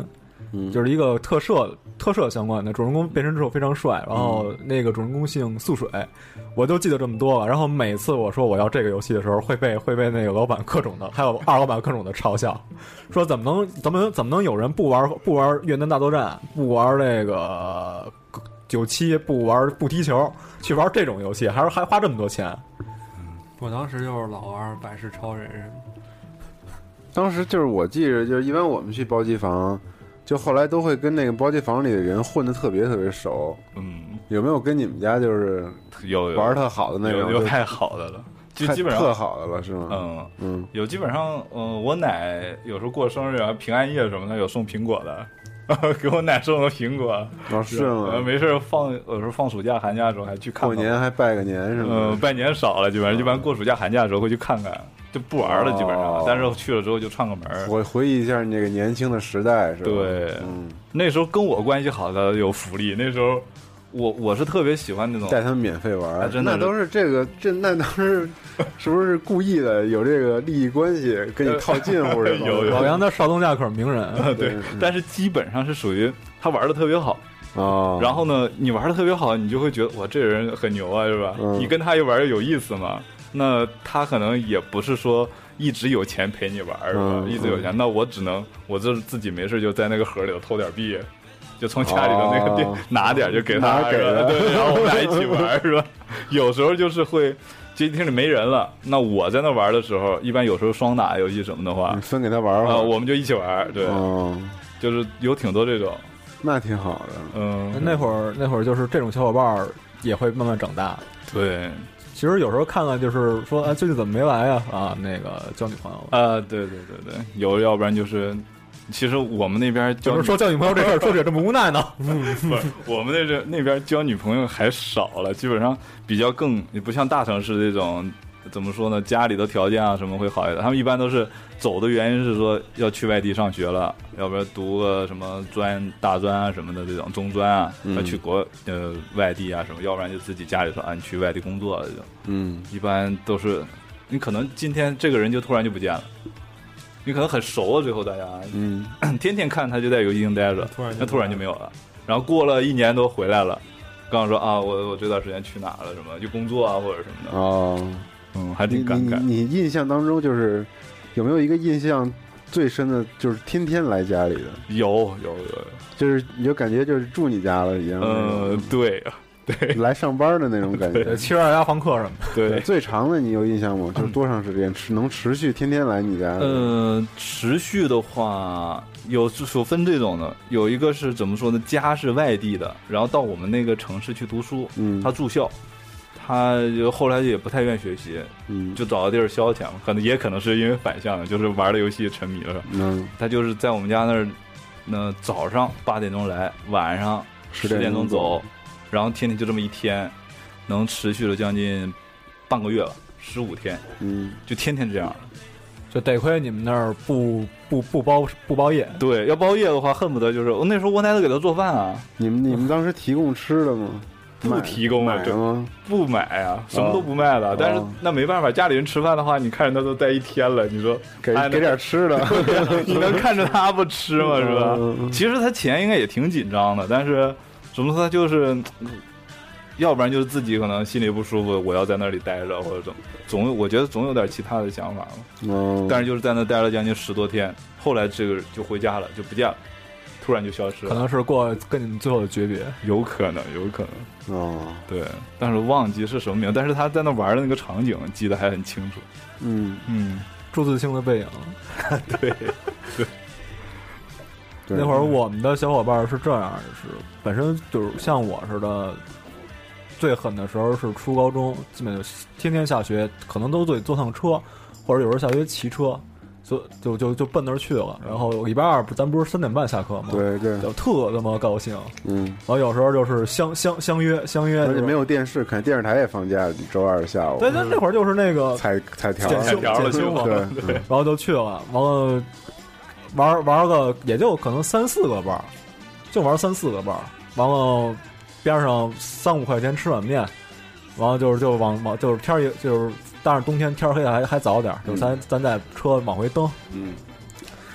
Speaker 2: 嗯，
Speaker 4: 就是一个特摄特摄相关的，主人公变身之后非常帅，然后那个主人公姓素水，我就记得这么多了。然后每次我说我要这个游戏的时候，会被会被那个老板各种的，还有二老板各种的嘲笑，说怎么能怎么能怎么能有人不玩不玩越南大作战，不玩那个九七，不玩不踢球，去玩这种游戏，还是还花这么多钱。
Speaker 3: 我当时就是老玩百事超人什么的。
Speaker 2: 当时就是我记着，就是一般我们去包机房，就后来都会跟那个包机房里的人混得特别特别熟。
Speaker 5: 嗯，
Speaker 2: 有没有跟你们家就是
Speaker 5: 有有
Speaker 2: 玩特好的那种？
Speaker 5: 有有太好的了，就基本上
Speaker 2: 特好的了，是吗？
Speaker 5: 嗯
Speaker 2: 嗯，
Speaker 5: 有基本上，嗯、呃，我奶有时候过生日啊、平安夜什么的，有送苹果的。给我奶送的苹果，
Speaker 2: 哦是吗？
Speaker 5: 呃，没事放，有时候放暑假、寒假的时候还去看看。
Speaker 2: 过年还拜个年是吗？
Speaker 5: 嗯、呃，拜年少了，基本上一般过暑假、寒假的时候会去看看，就不玩了，基本上。
Speaker 2: 哦、
Speaker 5: 但是去了之后就串个门。
Speaker 2: 我回忆一下那个年轻的时代，是吧？
Speaker 5: 对，
Speaker 2: 嗯，
Speaker 5: 那时候跟我关系好的有福利，那时候。我我是特别喜欢那种
Speaker 2: 带他们免费玩，
Speaker 5: 啊、真的
Speaker 2: 那都是这个这那都是是不是故意的？有这个利益关系跟你套近乎的？
Speaker 5: 有
Speaker 4: 老杨的少东家可是名人，
Speaker 5: 对，对但是基本上是属于他玩的特别好
Speaker 2: 哦。
Speaker 5: 然后呢，你玩的特别好，你就会觉得哇，这人很牛啊，是吧？嗯、你跟他一玩有意思嘛？那他可能也不是说一直有钱陪你玩，是吧？
Speaker 2: 嗯、
Speaker 5: 一直有钱，那我只能我这自己没事就在那个盒里头偷点币。就从家里的那个店、哦、拿点就给他，
Speaker 2: 给他
Speaker 5: 对，然后我们俩一起玩，是吧？有时候就是会，街厅里没人了，那我在那玩的时候，一般有时候双打游戏什么的话，
Speaker 2: 你分给他玩玩、
Speaker 5: 呃，我们就一起玩，对，
Speaker 2: 哦、
Speaker 5: 就是有挺多这种，
Speaker 2: 那挺好的。
Speaker 5: 嗯，
Speaker 4: 那会儿那会儿就是这种小伙伴也会慢慢长大。
Speaker 5: 对，
Speaker 4: 其实有时候看看就是说，哎，最近怎么没来啊？啊，那个交女朋友
Speaker 5: 了啊，对对对对，有，要不然就是。其实我们那边交
Speaker 4: 就是说交女朋友这事儿，说着这么无奈呢。
Speaker 5: 嗯，不是，我们那这那边交女朋友还少了，基本上比较更也不像大城市这种，怎么说呢？家里的条件啊什么会好一点。他们一般都是走的原因是说要去外地上学了，要不然读个什么专大专啊什么的这种中专啊，要、嗯、去国呃外地啊什么，要不然就自己家里说啊你去外地工作了这种。
Speaker 2: 嗯，
Speaker 5: 一般都是你可能今天这个人就突然就不见了。你可能很熟了，最后大家，
Speaker 2: 嗯，
Speaker 5: 天天看他就在游戏厅待着，
Speaker 3: 突然
Speaker 5: 那突然就没有了，然后过了一年多回来了，刚刚说啊，我我这段时间去哪了什么，就工作啊或者什么的，
Speaker 2: 哦，
Speaker 5: 嗯，还挺尴尬。
Speaker 2: 你你印象当中就是有没有一个印象最深的，就是天天来家里的？
Speaker 5: 有有有，
Speaker 2: 就是你就感觉就是住你家了一样。
Speaker 5: 嗯，对。对，
Speaker 2: 来上班的那种感觉，
Speaker 4: 七十二家房客什么的。
Speaker 5: 对，
Speaker 2: 最长的你有印象吗？就是多长时间持能持续天天来你家？
Speaker 5: 呃，持续的话有有分这种的，有一个是怎么说呢？家是外地的，然后到我们那个城市去读书，
Speaker 2: 嗯，
Speaker 5: 他住校，他就后来也不太愿意学习，
Speaker 2: 嗯，
Speaker 5: 就找个地儿消遣，可能也可能是因为反向的，就是玩的游戏沉迷了，
Speaker 2: 嗯，
Speaker 5: 他就是在我们家那儿，那早上八点钟来，晚上十点钟走。然后天天就这么一天，能持续了将近半个月了，十五天，
Speaker 2: 嗯，
Speaker 5: 就天天这样，
Speaker 4: 就得亏你们那儿不不不包不包夜。
Speaker 5: 对，要包夜的话，恨不得就是我那时候我奶奶给他做饭啊。
Speaker 2: 你们你们当时提供吃的吗？
Speaker 5: 不提供啊，
Speaker 2: 买吗？
Speaker 5: 不买啊，什么都不卖了。哦、但是那没办法，家里人吃饭的话，你看着他都待一天了，你说
Speaker 2: 给给点吃的，
Speaker 5: 你能看着他不吃吗？是吧？
Speaker 2: 嗯、
Speaker 5: 其实他钱应该也挺紧张的，但是。怎么说？他就是，要不然就是自己可能心里不舒服，我要在那里待着，或者怎么，总有我觉得总有点其他的想法嘛。
Speaker 2: 嗯，
Speaker 5: 但是就是在那待了将近十多天，后来这个就回家了，就不见了，突然就消失了。
Speaker 4: 可能是过跟你们最后的诀别，
Speaker 5: 有可能，有可能。
Speaker 2: 哦，
Speaker 5: 对，但是忘记是什么名，但是他在那玩的那个场景记得还很清楚。
Speaker 2: 嗯
Speaker 5: 嗯，
Speaker 4: 朱自清的背影。
Speaker 5: 对对。
Speaker 4: 那会儿我们的小伙伴是这样，是本身就是像我似的，最狠的时候是初高中，基本就天天下学，可能都得坐趟车，或者有时候下学骑车，就就就就奔那儿去了。然后礼拜二不咱不是三点半下课吗？
Speaker 2: 对对，
Speaker 4: 就特他妈高兴。
Speaker 2: 嗯，
Speaker 4: 然后有时候就是相相相约相约，
Speaker 2: 而且没有电视，可能电视台也放假，周二下午。
Speaker 4: 对，那那会儿就是那个
Speaker 2: 彩彩条
Speaker 5: 彩条了
Speaker 4: 就嘛，
Speaker 2: 对
Speaker 5: 对，
Speaker 4: 然后就去了，完了。玩玩个也就可能三四个班，就玩三四个班，完了边上三五块钱吃碗面，完了就是就往往就是天也就是，但是冬天天黑还还早点，就咱咱在车往回蹬，
Speaker 2: 嗯，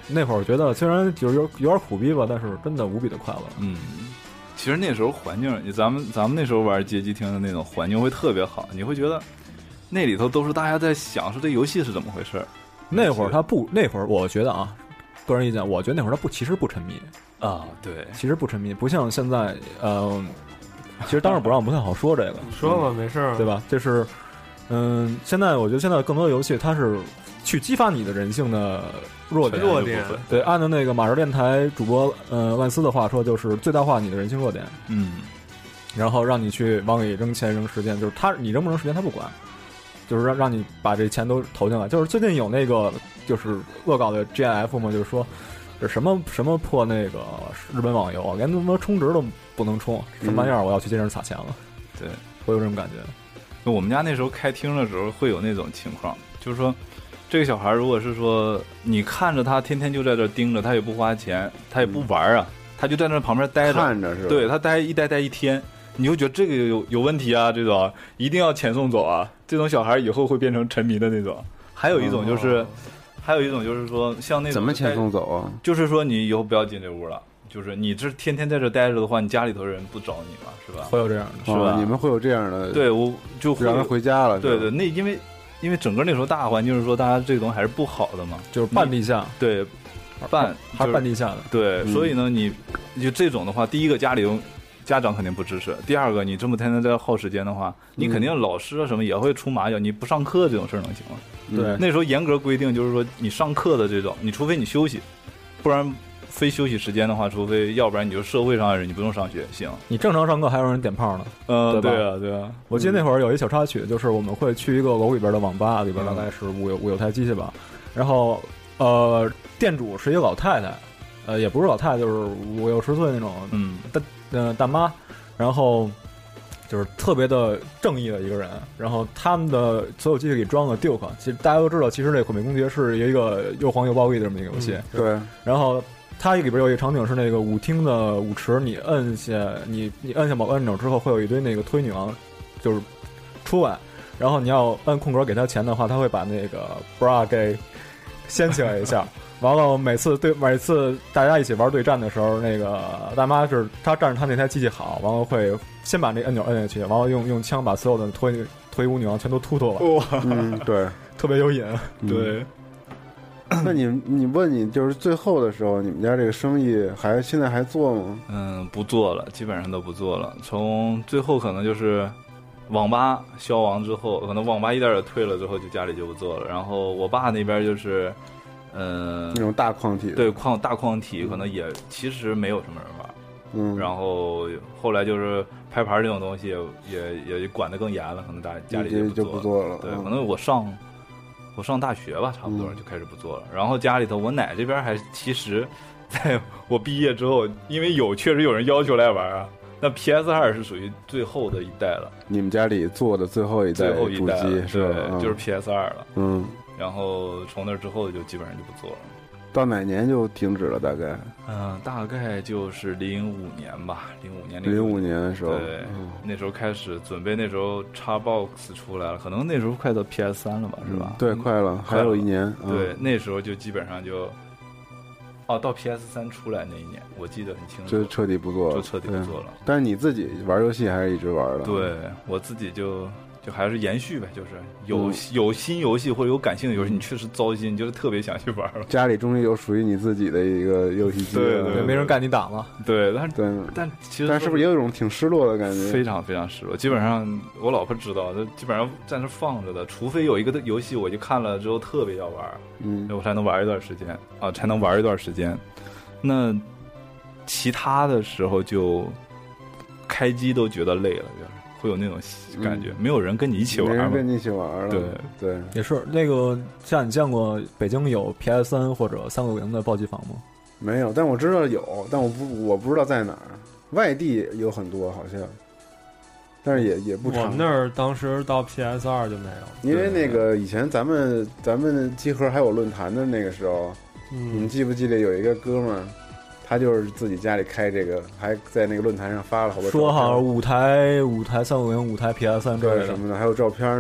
Speaker 4: 那会儿觉得虽然就是有有点苦逼吧，但是真的无比的快乐。
Speaker 5: 嗯，其实那时候环境，咱们咱们那时候玩街机厅的那种环境会特别好，你会觉得那里头都是大家在享受这游戏是怎么回事。
Speaker 4: 那会儿他不，那会儿我觉得啊，个人意见，我觉得那会儿他不，其实不沉迷
Speaker 5: 啊，对，
Speaker 4: 其实不沉迷，不像现在，呃，其实当然不让不太好说这个，
Speaker 3: 说吧，没事儿，
Speaker 4: 对吧？就是，嗯，现在我觉得现在更多的游戏它是去激发你的人性的弱点，
Speaker 3: 弱点，
Speaker 4: 对，按照那个马哲电台主播呃万斯的话说，就是最大化你的人性弱点，
Speaker 5: 嗯，
Speaker 4: 然后让你去往里扔钱扔时间，就是他你扔不扔时间他不管。就是让让你把这钱都投进来。就是最近有那个就是恶搞的 G I F 嘛，就是说这什么什么破那个日本网游，连他妈充值都不能充，什么玩意儿？我要去街上撒钱了。
Speaker 5: 对，
Speaker 4: 会有这种感觉。
Speaker 5: 我们家那时候开厅的时候会有那种情况，就是说这个小孩如果是说你看着他天天就在这盯着，他也不花钱，他也不玩啊，他就在那旁边待着，
Speaker 2: 看着是吧？
Speaker 5: 对他待一待待一天。你会觉得这个有有问题啊，这种一定要遣送走啊，这种小孩以后会变成沉迷的那种。还有一种就是，哦、还有一种就是说，像那种
Speaker 2: 怎么遣送走啊？
Speaker 5: 就是说你以后不要进这屋了，就是你这天天在这待着的话，你家里头人不找你嘛，是吧？
Speaker 4: 会有这样的，
Speaker 5: 是吧？
Speaker 2: 哦、你们会有这样的？
Speaker 5: 对，我就会
Speaker 2: 让他回家了。
Speaker 5: 对对，那因为因为整个那时候大环境是说，大家这个东西还是不好的嘛，
Speaker 4: 就是半地下，
Speaker 5: 对，半
Speaker 4: 还是半地下的，
Speaker 5: 对，
Speaker 2: 嗯、
Speaker 5: 所以呢，你就这种的话，第一个家里有。家长肯定不支持。第二个，你这么天天在耗时间的话，你肯定老师啊什么也会出马脚。你不上课这种事儿能行吗？
Speaker 4: 对，
Speaker 5: 那时候严格规定就是说，你上课的这种，你除非你休息，不然非休息时间的话，除非要不然你就社会上的人，你不用上学行。
Speaker 4: 你正常上课还有人点炮呢。
Speaker 5: 呃，
Speaker 4: 对
Speaker 5: 对啊，对啊。
Speaker 4: 我记得那会儿有一小插曲，就是我们会去一个楼里边的网吧，里边大概是五有五有台机器吧，然后呃，店主是一个老太太，呃，也不是老太太，就是五六十岁那种，
Speaker 5: 嗯，
Speaker 4: 大呃大妈。然后就是特别的正义的一个人，然后他们的所有机器里装了 Duke， 其实大家都知道，其实这《毁灭公爵》是一个又黄又暴力的这么一个游戏。
Speaker 2: 嗯、对。
Speaker 4: 然后它里边有一个场景是那个舞厅的舞池，你摁下你你摁下某个按钮之后，会有一堆那个推女王就是出来，然后你要按空格给他钱的话，他会把那个 bra 给掀起来一下。完了，每次对每次大家一起玩对战的时候，那个大妈是她站着她那台机器好，完了会先把那按钮摁下去，完了用用枪把所有的推推舞女王全都突突了。
Speaker 2: 哇，嗯，对，
Speaker 4: 特别有瘾。
Speaker 5: 对。
Speaker 2: 嗯、那你你问你就是最后的时候，你们家这个生意还现在还做吗？
Speaker 5: 嗯，不做了，基本上都不做了。从最后可能就是网吧消亡之后，可能网吧一点点退了之后，就家里就不做了。然后我爸那边就是。嗯，
Speaker 2: 那种大矿体，
Speaker 5: 对矿大矿体可能也其实没有什么人玩，
Speaker 2: 嗯，
Speaker 5: 然后后来就是拍牌这种东西也也也管得更严了，可能大家里
Speaker 2: 就
Speaker 5: 不
Speaker 2: 不做了，
Speaker 5: 对，
Speaker 2: 嗯、
Speaker 5: 可能我上我上大学吧，差不多就开始不做了。嗯、然后家里头我奶这边还其实，在我毕业之后，因为有确实有人要求来玩啊，那 P S 二 是属于最后的一代了，
Speaker 2: 你们家里做的最后一代
Speaker 5: 最后一代
Speaker 2: 主机是吧？
Speaker 5: 对，就是 P S 二 了，
Speaker 2: 嗯。
Speaker 5: 然后从那之后就基本上就不做了，
Speaker 2: 到哪年就停止了？大概，
Speaker 5: 嗯、呃，大概就是零五年吧，零五年
Speaker 2: 零五年的时候，
Speaker 5: 对，嗯、那时候开始准备，那时候 Xbox 出来了，可能那时候快到 P S 三 了吧，是吧？
Speaker 2: 嗯、对，快了，还有一年。
Speaker 5: 对，
Speaker 2: 嗯、
Speaker 5: 那时候就基本上就，哦，到 P S 三 出来那一年，我记得很清楚，
Speaker 2: 就彻底不做了，
Speaker 5: 就彻底不做了。
Speaker 2: 但是你自己玩游戏还是一直玩的？
Speaker 5: 对，我自己就。就还是延续呗，就是有、嗯、有新游戏或者有感性的游戏，你确实糟心，你就是特别想去玩了。
Speaker 2: 家里终于有属于你自己的一个游戏机了，
Speaker 5: 对对对，
Speaker 4: 没人干你档了。
Speaker 5: 对，但
Speaker 2: 对，
Speaker 5: 但其实
Speaker 2: 但是不是也有一种挺失落的感觉？
Speaker 5: 非常非常失落。基本上我老婆知道，就基本上在那放着的，除非有一个游戏我就看了之后特别要玩，
Speaker 2: 嗯，
Speaker 5: 我才能玩一段时间啊，才能玩一段时间。那其他的时候就开机都觉得累了，就是。会有那种感觉、嗯，没有人跟你一起玩，
Speaker 2: 没人跟你一起玩了。
Speaker 5: 对
Speaker 2: 对，
Speaker 4: 也是那个，像你见过北京有 P S 三 或者三六零的暴击房吗？
Speaker 2: 没有，但我知道有，但我不我不知道在哪儿。外地有很多好像，但是也也不常。
Speaker 3: 我们那儿当时到 P S 二 就没有，
Speaker 2: 因为那个以前咱们咱们集合还有论坛的那个时候，嗯、你们记不记得有一个哥们儿？他就是自己家里开这个，还在那个论坛上发了好多。
Speaker 4: 说好五台五台三五零五台 P S 三
Speaker 2: 对什么的，还有照片呢。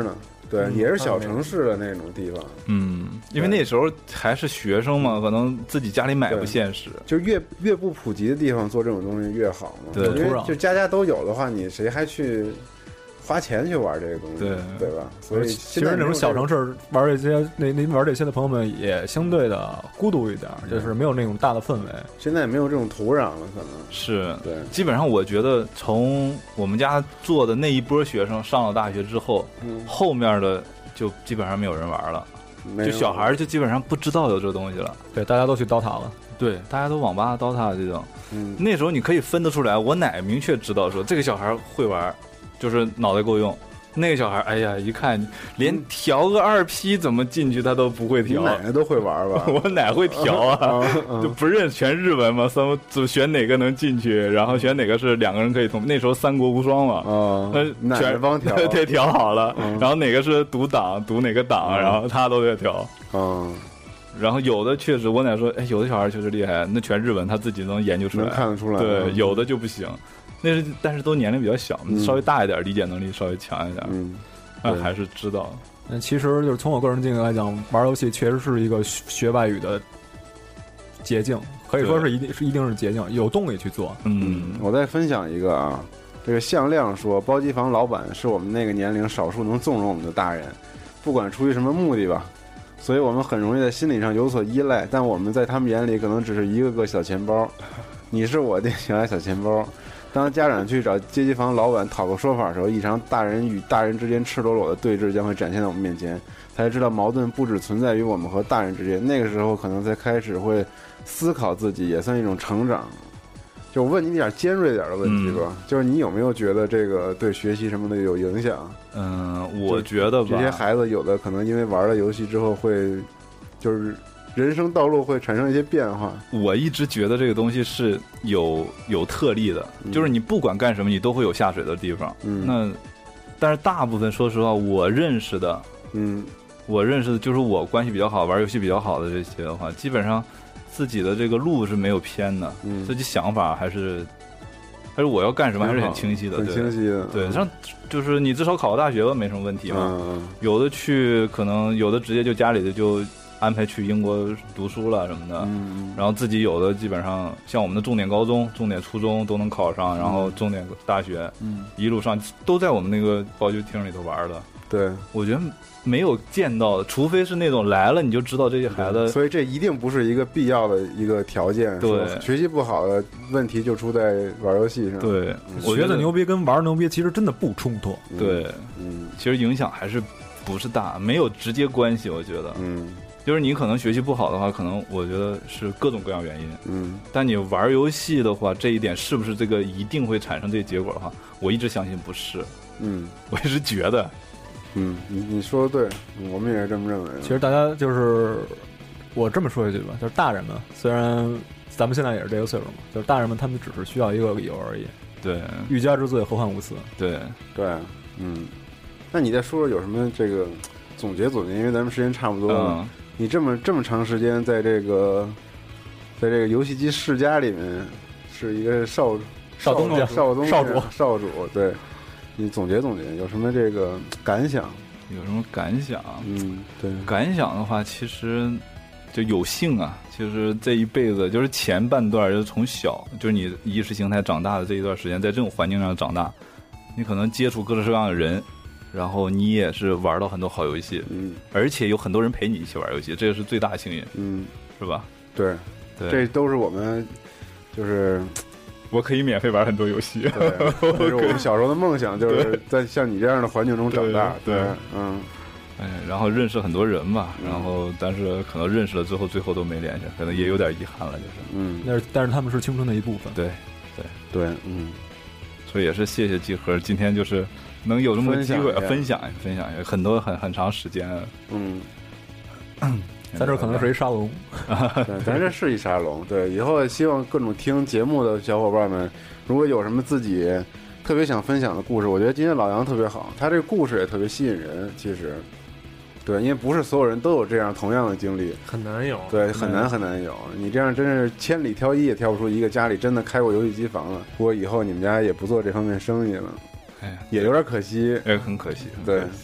Speaker 2: 对，
Speaker 3: 嗯
Speaker 2: 也是小城市的那种地方。
Speaker 5: 嗯，因为那时候还是学生嘛，可能自己家里买不现实。
Speaker 2: 就是越越不普及的地方做这种东西越好嘛。
Speaker 5: 对，
Speaker 2: 因为就家家都有的话，你谁还去花钱去玩这个东西？
Speaker 5: 对，
Speaker 2: 对吧？所以
Speaker 4: 其实那种小城市玩这些，那那玩这些的朋友们也相对的孤独一点，就是没有那种大的氛围。
Speaker 2: 现在也没有这种土壤了，可能
Speaker 5: 是
Speaker 2: 对。
Speaker 5: 基本上我觉得，从我们家做的那一波学生上了大学之后，
Speaker 2: 嗯，
Speaker 5: 后面的就基本上没有人玩了，就小孩就基本上不知道有这东西了。
Speaker 4: 对，大家都去D O T A了。
Speaker 5: 对，大家都网吧、D O T A 这种。
Speaker 2: 嗯，
Speaker 5: 那时候你可以分得出来，我奶明确知道说这个小孩会玩。就是脑袋够用，那个小孩，哎呀，一看连调个二 P 怎么进去他都不会调。
Speaker 2: 你奶奶都会玩吧？
Speaker 5: 我奶会调啊，就不认全日文嘛，三就选哪个能进去，然后选哪个是两个人可以同。那时候三国无双嘛，
Speaker 2: 啊，
Speaker 5: 那全
Speaker 2: 帮调，
Speaker 5: 对，调好了，然后哪个是读档，读哪个档，然后他都得调。
Speaker 2: 嗯。
Speaker 5: 然后有的确实，我奶说，哎，有的小孩确实厉害，那全日文他自己能研究出来，
Speaker 2: 能看得出来。
Speaker 5: 对，有的就不行。那是，但是都年龄比较小，嗯、稍微大一点，理解能力稍微强一点，
Speaker 2: 嗯，
Speaker 5: 那还是知道。
Speaker 4: 那其实就是从我个人经历来讲，玩游戏确实是一个学外语的捷径，可以说是一定是一定是捷径，有动力去做。
Speaker 5: 嗯，
Speaker 2: 我再分享一个啊，这个向亮说，包机房老板是我们那个年龄少数能纵容我们的大人，不管出于什么目的吧，所以我们很容易在心理上有所依赖，但我们在他们眼里可能只是一个个小钱包。你是我的原来小钱包。当家长去找街机房老板讨个说法的时候，一场大人与大人之间赤裸裸的对峙将会展现在我们面前，才知道矛盾不只存在于我们和大人之间。那个时候可能才开始会思考自己，也算一种成长。就我问你一点尖锐点的问题吧，嗯、就是你有没有觉得这个对学习什么的有影响？
Speaker 5: 嗯，我觉得吧，
Speaker 2: 这些孩子有的可能因为玩了游戏之后会，就是人生道路会产生一些变化。
Speaker 5: 我一直觉得这个东西是有有特例的，嗯、就是你不管干什么，你都会有下水的地方。
Speaker 2: 嗯，
Speaker 5: 那但是大部分，说实话，我认识的，
Speaker 2: 嗯，
Speaker 5: 我认识的就是我关系比较好、玩游戏比较好的这些的话，基本上自己的这个路是没有偏的，
Speaker 2: 嗯，
Speaker 5: 自己想法还是还是我要干什么还是很清晰的，
Speaker 2: 很清晰的。
Speaker 5: 对，像就是你至少考个大学吧，没什么问题嘛。
Speaker 2: 嗯，
Speaker 5: 有的去可能有的直接就家里的就安排去英国读书了什么的，
Speaker 2: 嗯，
Speaker 5: 然后自己有的基本上像我们的重点高中、重点初中都能考上，然后重点大学，
Speaker 2: 嗯，
Speaker 5: 一路上都在我们那个包机厅里头玩的。
Speaker 2: 对，
Speaker 5: 我觉得没有见到的，除非是那种来了你就知道这些孩子，
Speaker 2: 所以这一定不是一个必要的一个条件。
Speaker 5: 对，
Speaker 2: 学习不好的问题就出在玩游戏上。
Speaker 5: 对，
Speaker 2: 嗯、
Speaker 4: 我觉得牛逼跟玩牛逼其实真的不冲突。
Speaker 2: 嗯、
Speaker 5: 对，
Speaker 2: 嗯，
Speaker 5: 其实影响还是不是大，没有直接关系。我觉得，
Speaker 2: 嗯，
Speaker 5: 就是你可能学习不好的话，可能我觉得是各种各样原因。
Speaker 2: 嗯，
Speaker 5: 但你玩游戏的话，这一点是不是这个一定会产生这个结果的话，我一直相信不是。
Speaker 2: 嗯，
Speaker 5: 我一直觉得。
Speaker 2: 嗯，你你说的对，我们也是这么认为的。
Speaker 4: 其实大家就是我这么说一句吧，就是大人们虽然咱们现在也是这个岁数嘛，就是大人们他们只是需要一个理由而已。
Speaker 5: 对，
Speaker 4: 欲加之罪，何患无辞。
Speaker 5: 对
Speaker 2: 对，嗯。那你再说说有什么这个总结总结？因为咱们时间差不多了，嗯、你这么这么长时间在这个在这个游戏机世家里面是一个少
Speaker 4: 少东家
Speaker 2: 少东
Speaker 4: 少主
Speaker 2: 少主，对。你总结总结，有什么这个感想？
Speaker 5: 有什么感想？
Speaker 2: 嗯，对，
Speaker 5: 感想的话，其实就有幸啊，就是这一辈子，就是前半段，就是从小，就是你意识形态长大的这一段时间，在这种环境上长大，你可能接触各式各样的人，然后你也是玩到很多好游戏，
Speaker 2: 嗯，
Speaker 5: 而且有很多人陪你一起玩游戏，这个是最大的幸运，
Speaker 2: 嗯，
Speaker 5: 是吧？
Speaker 2: 对，
Speaker 5: 对，
Speaker 2: 这都是我们就是。
Speaker 5: 我可以免费玩很多游戏，
Speaker 2: 对，这是我们小时候的梦想，就是在像你这样的环境中长大。
Speaker 5: 对，对
Speaker 2: 嗯，
Speaker 5: 哎，然后认识很多人吧，然后但是可能认识了之后，最后都没联系，可能也有点遗憾了，就是。
Speaker 2: 嗯，
Speaker 4: 但是但是他们是青春的一部分。
Speaker 5: 对，对，
Speaker 2: 对，嗯。
Speaker 5: 所以也是谢谢集合，今天就是能有这么个机会分享分享很多很很长时间。
Speaker 2: 嗯。
Speaker 4: 咱这可能是一沙龙，
Speaker 2: 对，咱这是一沙龙。对，以后希望各种听节目的小伙伴们，如果有什么自己特别想分享的故事，我觉得今天老杨特别好，他这个故事也特别吸引人。其实，对，因为不是所有人都有这样同样的经历，
Speaker 3: 很难有，
Speaker 2: 对，很难很难有。你这样真是千里挑一也挑不出一个家里真的开过游戏机房了。不过以后你们家也不做这方面生意了，
Speaker 5: 哎，
Speaker 2: 也有点可惜，
Speaker 5: 也很可惜。
Speaker 2: 对。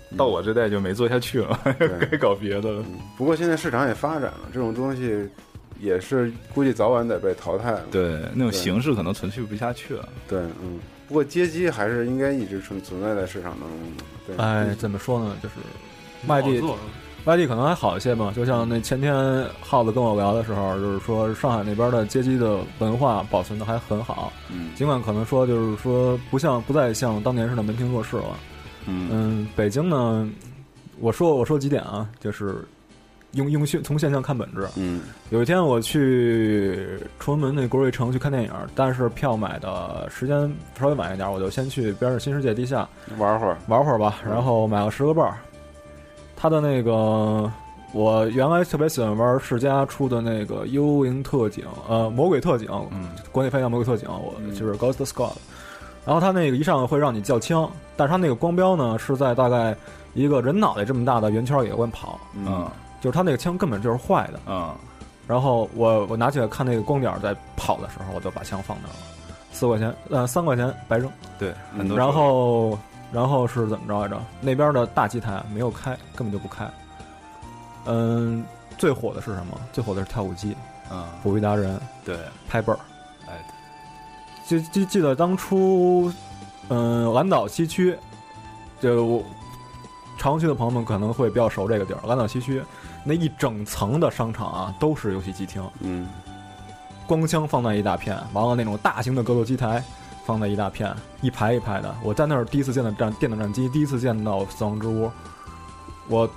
Speaker 5: 到我这代就没做下去了，该搞别的了。
Speaker 2: 嗯，不过现在市场也发展了，这种东西也是估计早晚得被淘汰了。
Speaker 5: 对，那种形式可能存续不下去了。
Speaker 2: 对，嗯。不过街机还是应该一直存存在在市场当中的。对，
Speaker 4: 哎，怎么说呢？就是外地，外地可能还好一些吧。就像那前天耗子跟我聊的时候，就是说上海那边的街机的文化保存的还很好。
Speaker 2: 嗯，
Speaker 4: 尽管可能说就是说不像不再像当年似的门庭若市了。
Speaker 2: 嗯
Speaker 4: 嗯，北京呢，我说我说几点啊，就是用用从现象看本质。
Speaker 2: 嗯，
Speaker 4: 有一天我去崇文门那国瑞城去看电影，但是票买的时间稍微晚一点，我就先去边上新世界地下
Speaker 2: 玩会儿
Speaker 4: 玩会儿吧，然后买了十个泵儿。他的那个我原来特别喜欢玩世嘉出的那个幽灵特警，呃，魔鬼特警，
Speaker 5: 嗯，
Speaker 4: 国内翻译叫魔鬼特警，我就是 Ghost Squad。然后他那个一上会让你叫枪，但是他那个光标呢是在大概一个人脑袋这么大的圆圈里边跑，
Speaker 5: 嗯，
Speaker 4: 就是他那个枪根本就是坏的，
Speaker 5: 嗯。
Speaker 4: 然后我我拿起来看那个光点在跑的时候，我就把枪放那儿了，四块钱，呃，三块钱白扔。
Speaker 5: 对，很多。
Speaker 4: 然后然后是怎么着来着？那边的大机台没有开，根本就不开。嗯，最火的是什么？最火的是跳舞机，
Speaker 5: 嗯，
Speaker 4: 捕鱼达人，
Speaker 5: 对，
Speaker 4: 拍背儿。
Speaker 5: 哎，
Speaker 4: 记记记得当初，嗯，蓝岛西区，就我长区的朋友们可能会比较熟这个地儿。蓝岛西区那一整层的商场啊，都是游戏机厅。
Speaker 2: 嗯，
Speaker 4: 光枪放在一大片，完了那种大型的格斗机台放在一大片，一排一排的。我在那儿第一次见到战电脑战机，第一次见到死亡之屋，我，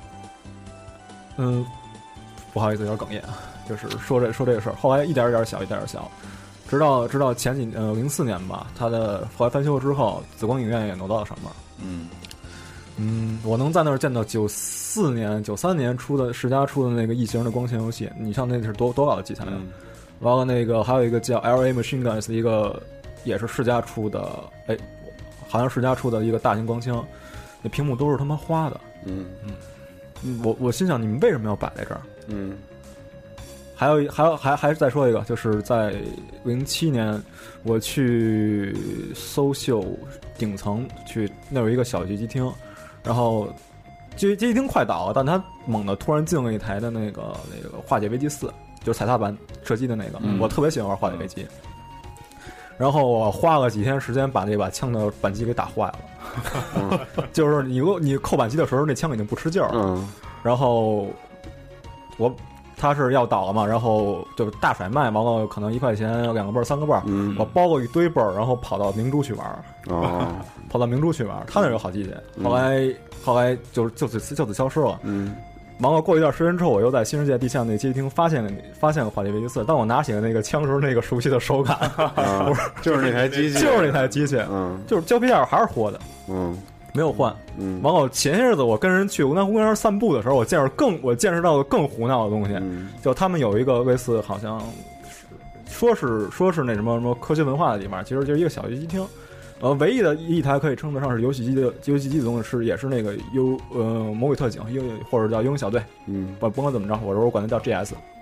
Speaker 4: 嗯，不好意思，有点哽咽啊，就是说这说这个事儿。后来一点一点小，一点一点小。直到直到前几呃零四年吧，它的后来翻修之后，紫光影院也挪到了上面。
Speaker 5: 嗯
Speaker 4: 嗯，我能在那儿见到九四年、九三年出的世嘉出的那个异形的光纤游戏，你像那是多多老的机台了。
Speaker 2: 嗯、
Speaker 4: 完了，那个还有一个叫 L A Machine Guns 一个也是世嘉出的，哎，好像世嘉出的一个大型光枪，那屏幕都是他妈花的。
Speaker 2: 嗯
Speaker 4: 嗯，我我心想你们为什么要摆在这儿？
Speaker 2: 嗯。
Speaker 4: 还有还有还还是再说一个，就是在零七年，我去搜秀顶层去，那有一个小街机厅，然后街街机厅快倒了，但他猛地突然进了一台的那个那个化解危机四，就是彩踏版射击的那个，
Speaker 5: 嗯、
Speaker 4: 我特别喜欢玩化解危机。然后我花了几天时间把那把枪的扳机给打坏了，嗯、就是你你扣扳机的时候，那枪已经不吃劲儿了。
Speaker 2: 嗯、
Speaker 4: 然后我。他是要倒了嘛，然后就是大甩卖，完了可能一块钱两个泵三个泵，
Speaker 2: 嗯，
Speaker 4: 我包了一堆泵，然后跑到明珠去玩，
Speaker 2: 哦，
Speaker 4: 跑到明珠去玩，他那有好机器，后来、嗯、后来就就此就此消失了，
Speaker 2: 嗯，
Speaker 4: 完了过一段时间之后，我又在新世界地下那街机厅发现了发现了化解危机四，当我拿起了那个枪时候，那个熟悉的手感，
Speaker 2: 啊、就是那台机器，
Speaker 4: 就是那台机器，
Speaker 2: 嗯，
Speaker 4: 就是胶皮件还是活的，
Speaker 2: 嗯。
Speaker 4: 没有换，
Speaker 2: 嗯，
Speaker 4: 完了前些日子我跟人去湖南湖公园散步的时候，我见识更我见识到了更胡闹的东西，
Speaker 2: 嗯，
Speaker 4: 就他们有一个类似好像说是说是那什么什么科学文化的地方，其实就是一个小游戏厅，呃，唯一的一台可以称得上是游戏机的游戏机的东西是也是那个幽呃魔鬼特警，英或者叫英雄小队，
Speaker 2: 嗯，
Speaker 4: 不甭管怎么着，我我管它叫 G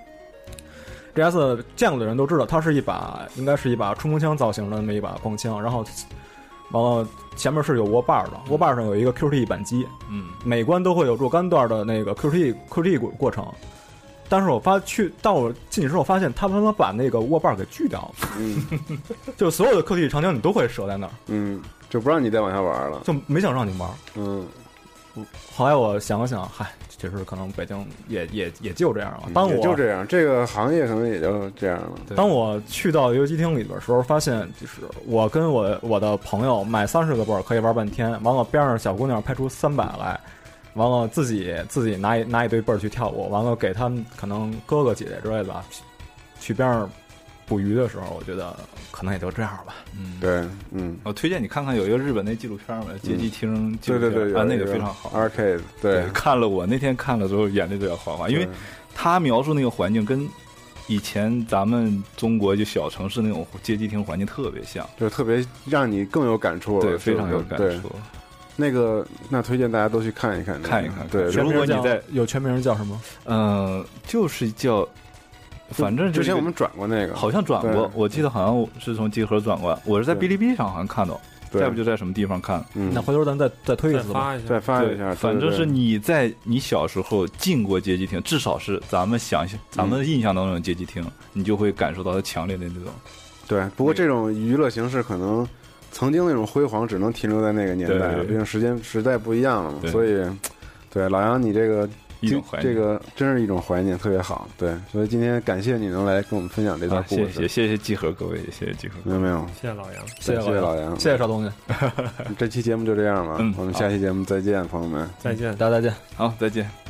Speaker 4: S。G S 见过的人都知道，它是一把应该是一把冲锋枪造型的那么一把光枪，然后。完了，前面是有握把的，握把上有一个 Q T E 扳机，
Speaker 5: 嗯，
Speaker 4: 每关都会有若干段的那个 Q T E Q T E 过程。但是我发去到我进去之后，发现他他妈把那个握把给锯掉了，
Speaker 2: 嗯，
Speaker 4: 就所有的 Q T E 长枪你都会折在那儿，
Speaker 2: 嗯，就不让你再往下玩了，
Speaker 4: 就没想让你玩，
Speaker 2: 嗯。
Speaker 4: 后来我想了想，嗨，其实可能北京也也也就这样了。当我
Speaker 2: 也就这样，这个行业可能也就这样了。
Speaker 4: 当我去到游戏厅里边的时候，发现就是我跟我我的朋友买三十个泵可以玩半天，完了边上小姑娘拍出三百来，完了自己自己拿一拿一堆泵去跳舞，完了给他们可能哥哥姐姐之类的吧，去边上捕鱼的时候，我觉得可能也就这样吧。
Speaker 5: 嗯，
Speaker 2: 对，嗯，
Speaker 5: 我推荐你看看有一个日本那纪录片嘛，街机厅纪录
Speaker 2: 片，对对对，
Speaker 5: 啊，那个非常好
Speaker 2: ，arcade， 对，
Speaker 5: 看了我那天看了之后眼泪都要哗哗，因为他描述那个环境跟以前咱们中国就小城市那种街机厅环境特别像，
Speaker 2: 就特别让你更有感触，
Speaker 5: 对，非常有感触。
Speaker 2: 那个，那推荐大家都去看一看，
Speaker 5: 看一看。
Speaker 2: 对，
Speaker 4: 如果你在有全名叫什么？
Speaker 5: 嗯，就是叫。反正
Speaker 2: 之前我们转过那个，
Speaker 5: 好像转过，我记得好像是从集合转过，我是在哔哩哔哩上好像看到， 再不就在什么地方看。
Speaker 2: 嗯，
Speaker 4: 那回头咱再再推一次吧，
Speaker 3: 发一下，
Speaker 2: 再发一下，
Speaker 5: 反正是你在你小时候进过街机厅，至少是咱们想象、咱们印象当中的街机厅，你就会感受到它强烈的那种。
Speaker 2: 对，不过这种娱乐形式可能曾经那种辉煌只能停留在那个年代了，毕竟时间时代不一样了嘛，所以，对老杨你这个
Speaker 5: 一种怀念，
Speaker 2: 这个真是一种怀念，特别好。对，所以今天感谢你能来跟我们分享这段故事，
Speaker 5: 啊、谢谢谢谢集合各位，谢谢集合，
Speaker 2: 没有没有，
Speaker 3: 谢谢老杨，
Speaker 4: 谢
Speaker 2: 谢老杨，
Speaker 4: 谢谢少东西。
Speaker 2: 这期节目就这样了，
Speaker 5: 嗯，
Speaker 2: 我们下期节目再见，朋友们，
Speaker 3: 再见，
Speaker 4: 大家再见，
Speaker 5: 好，再见。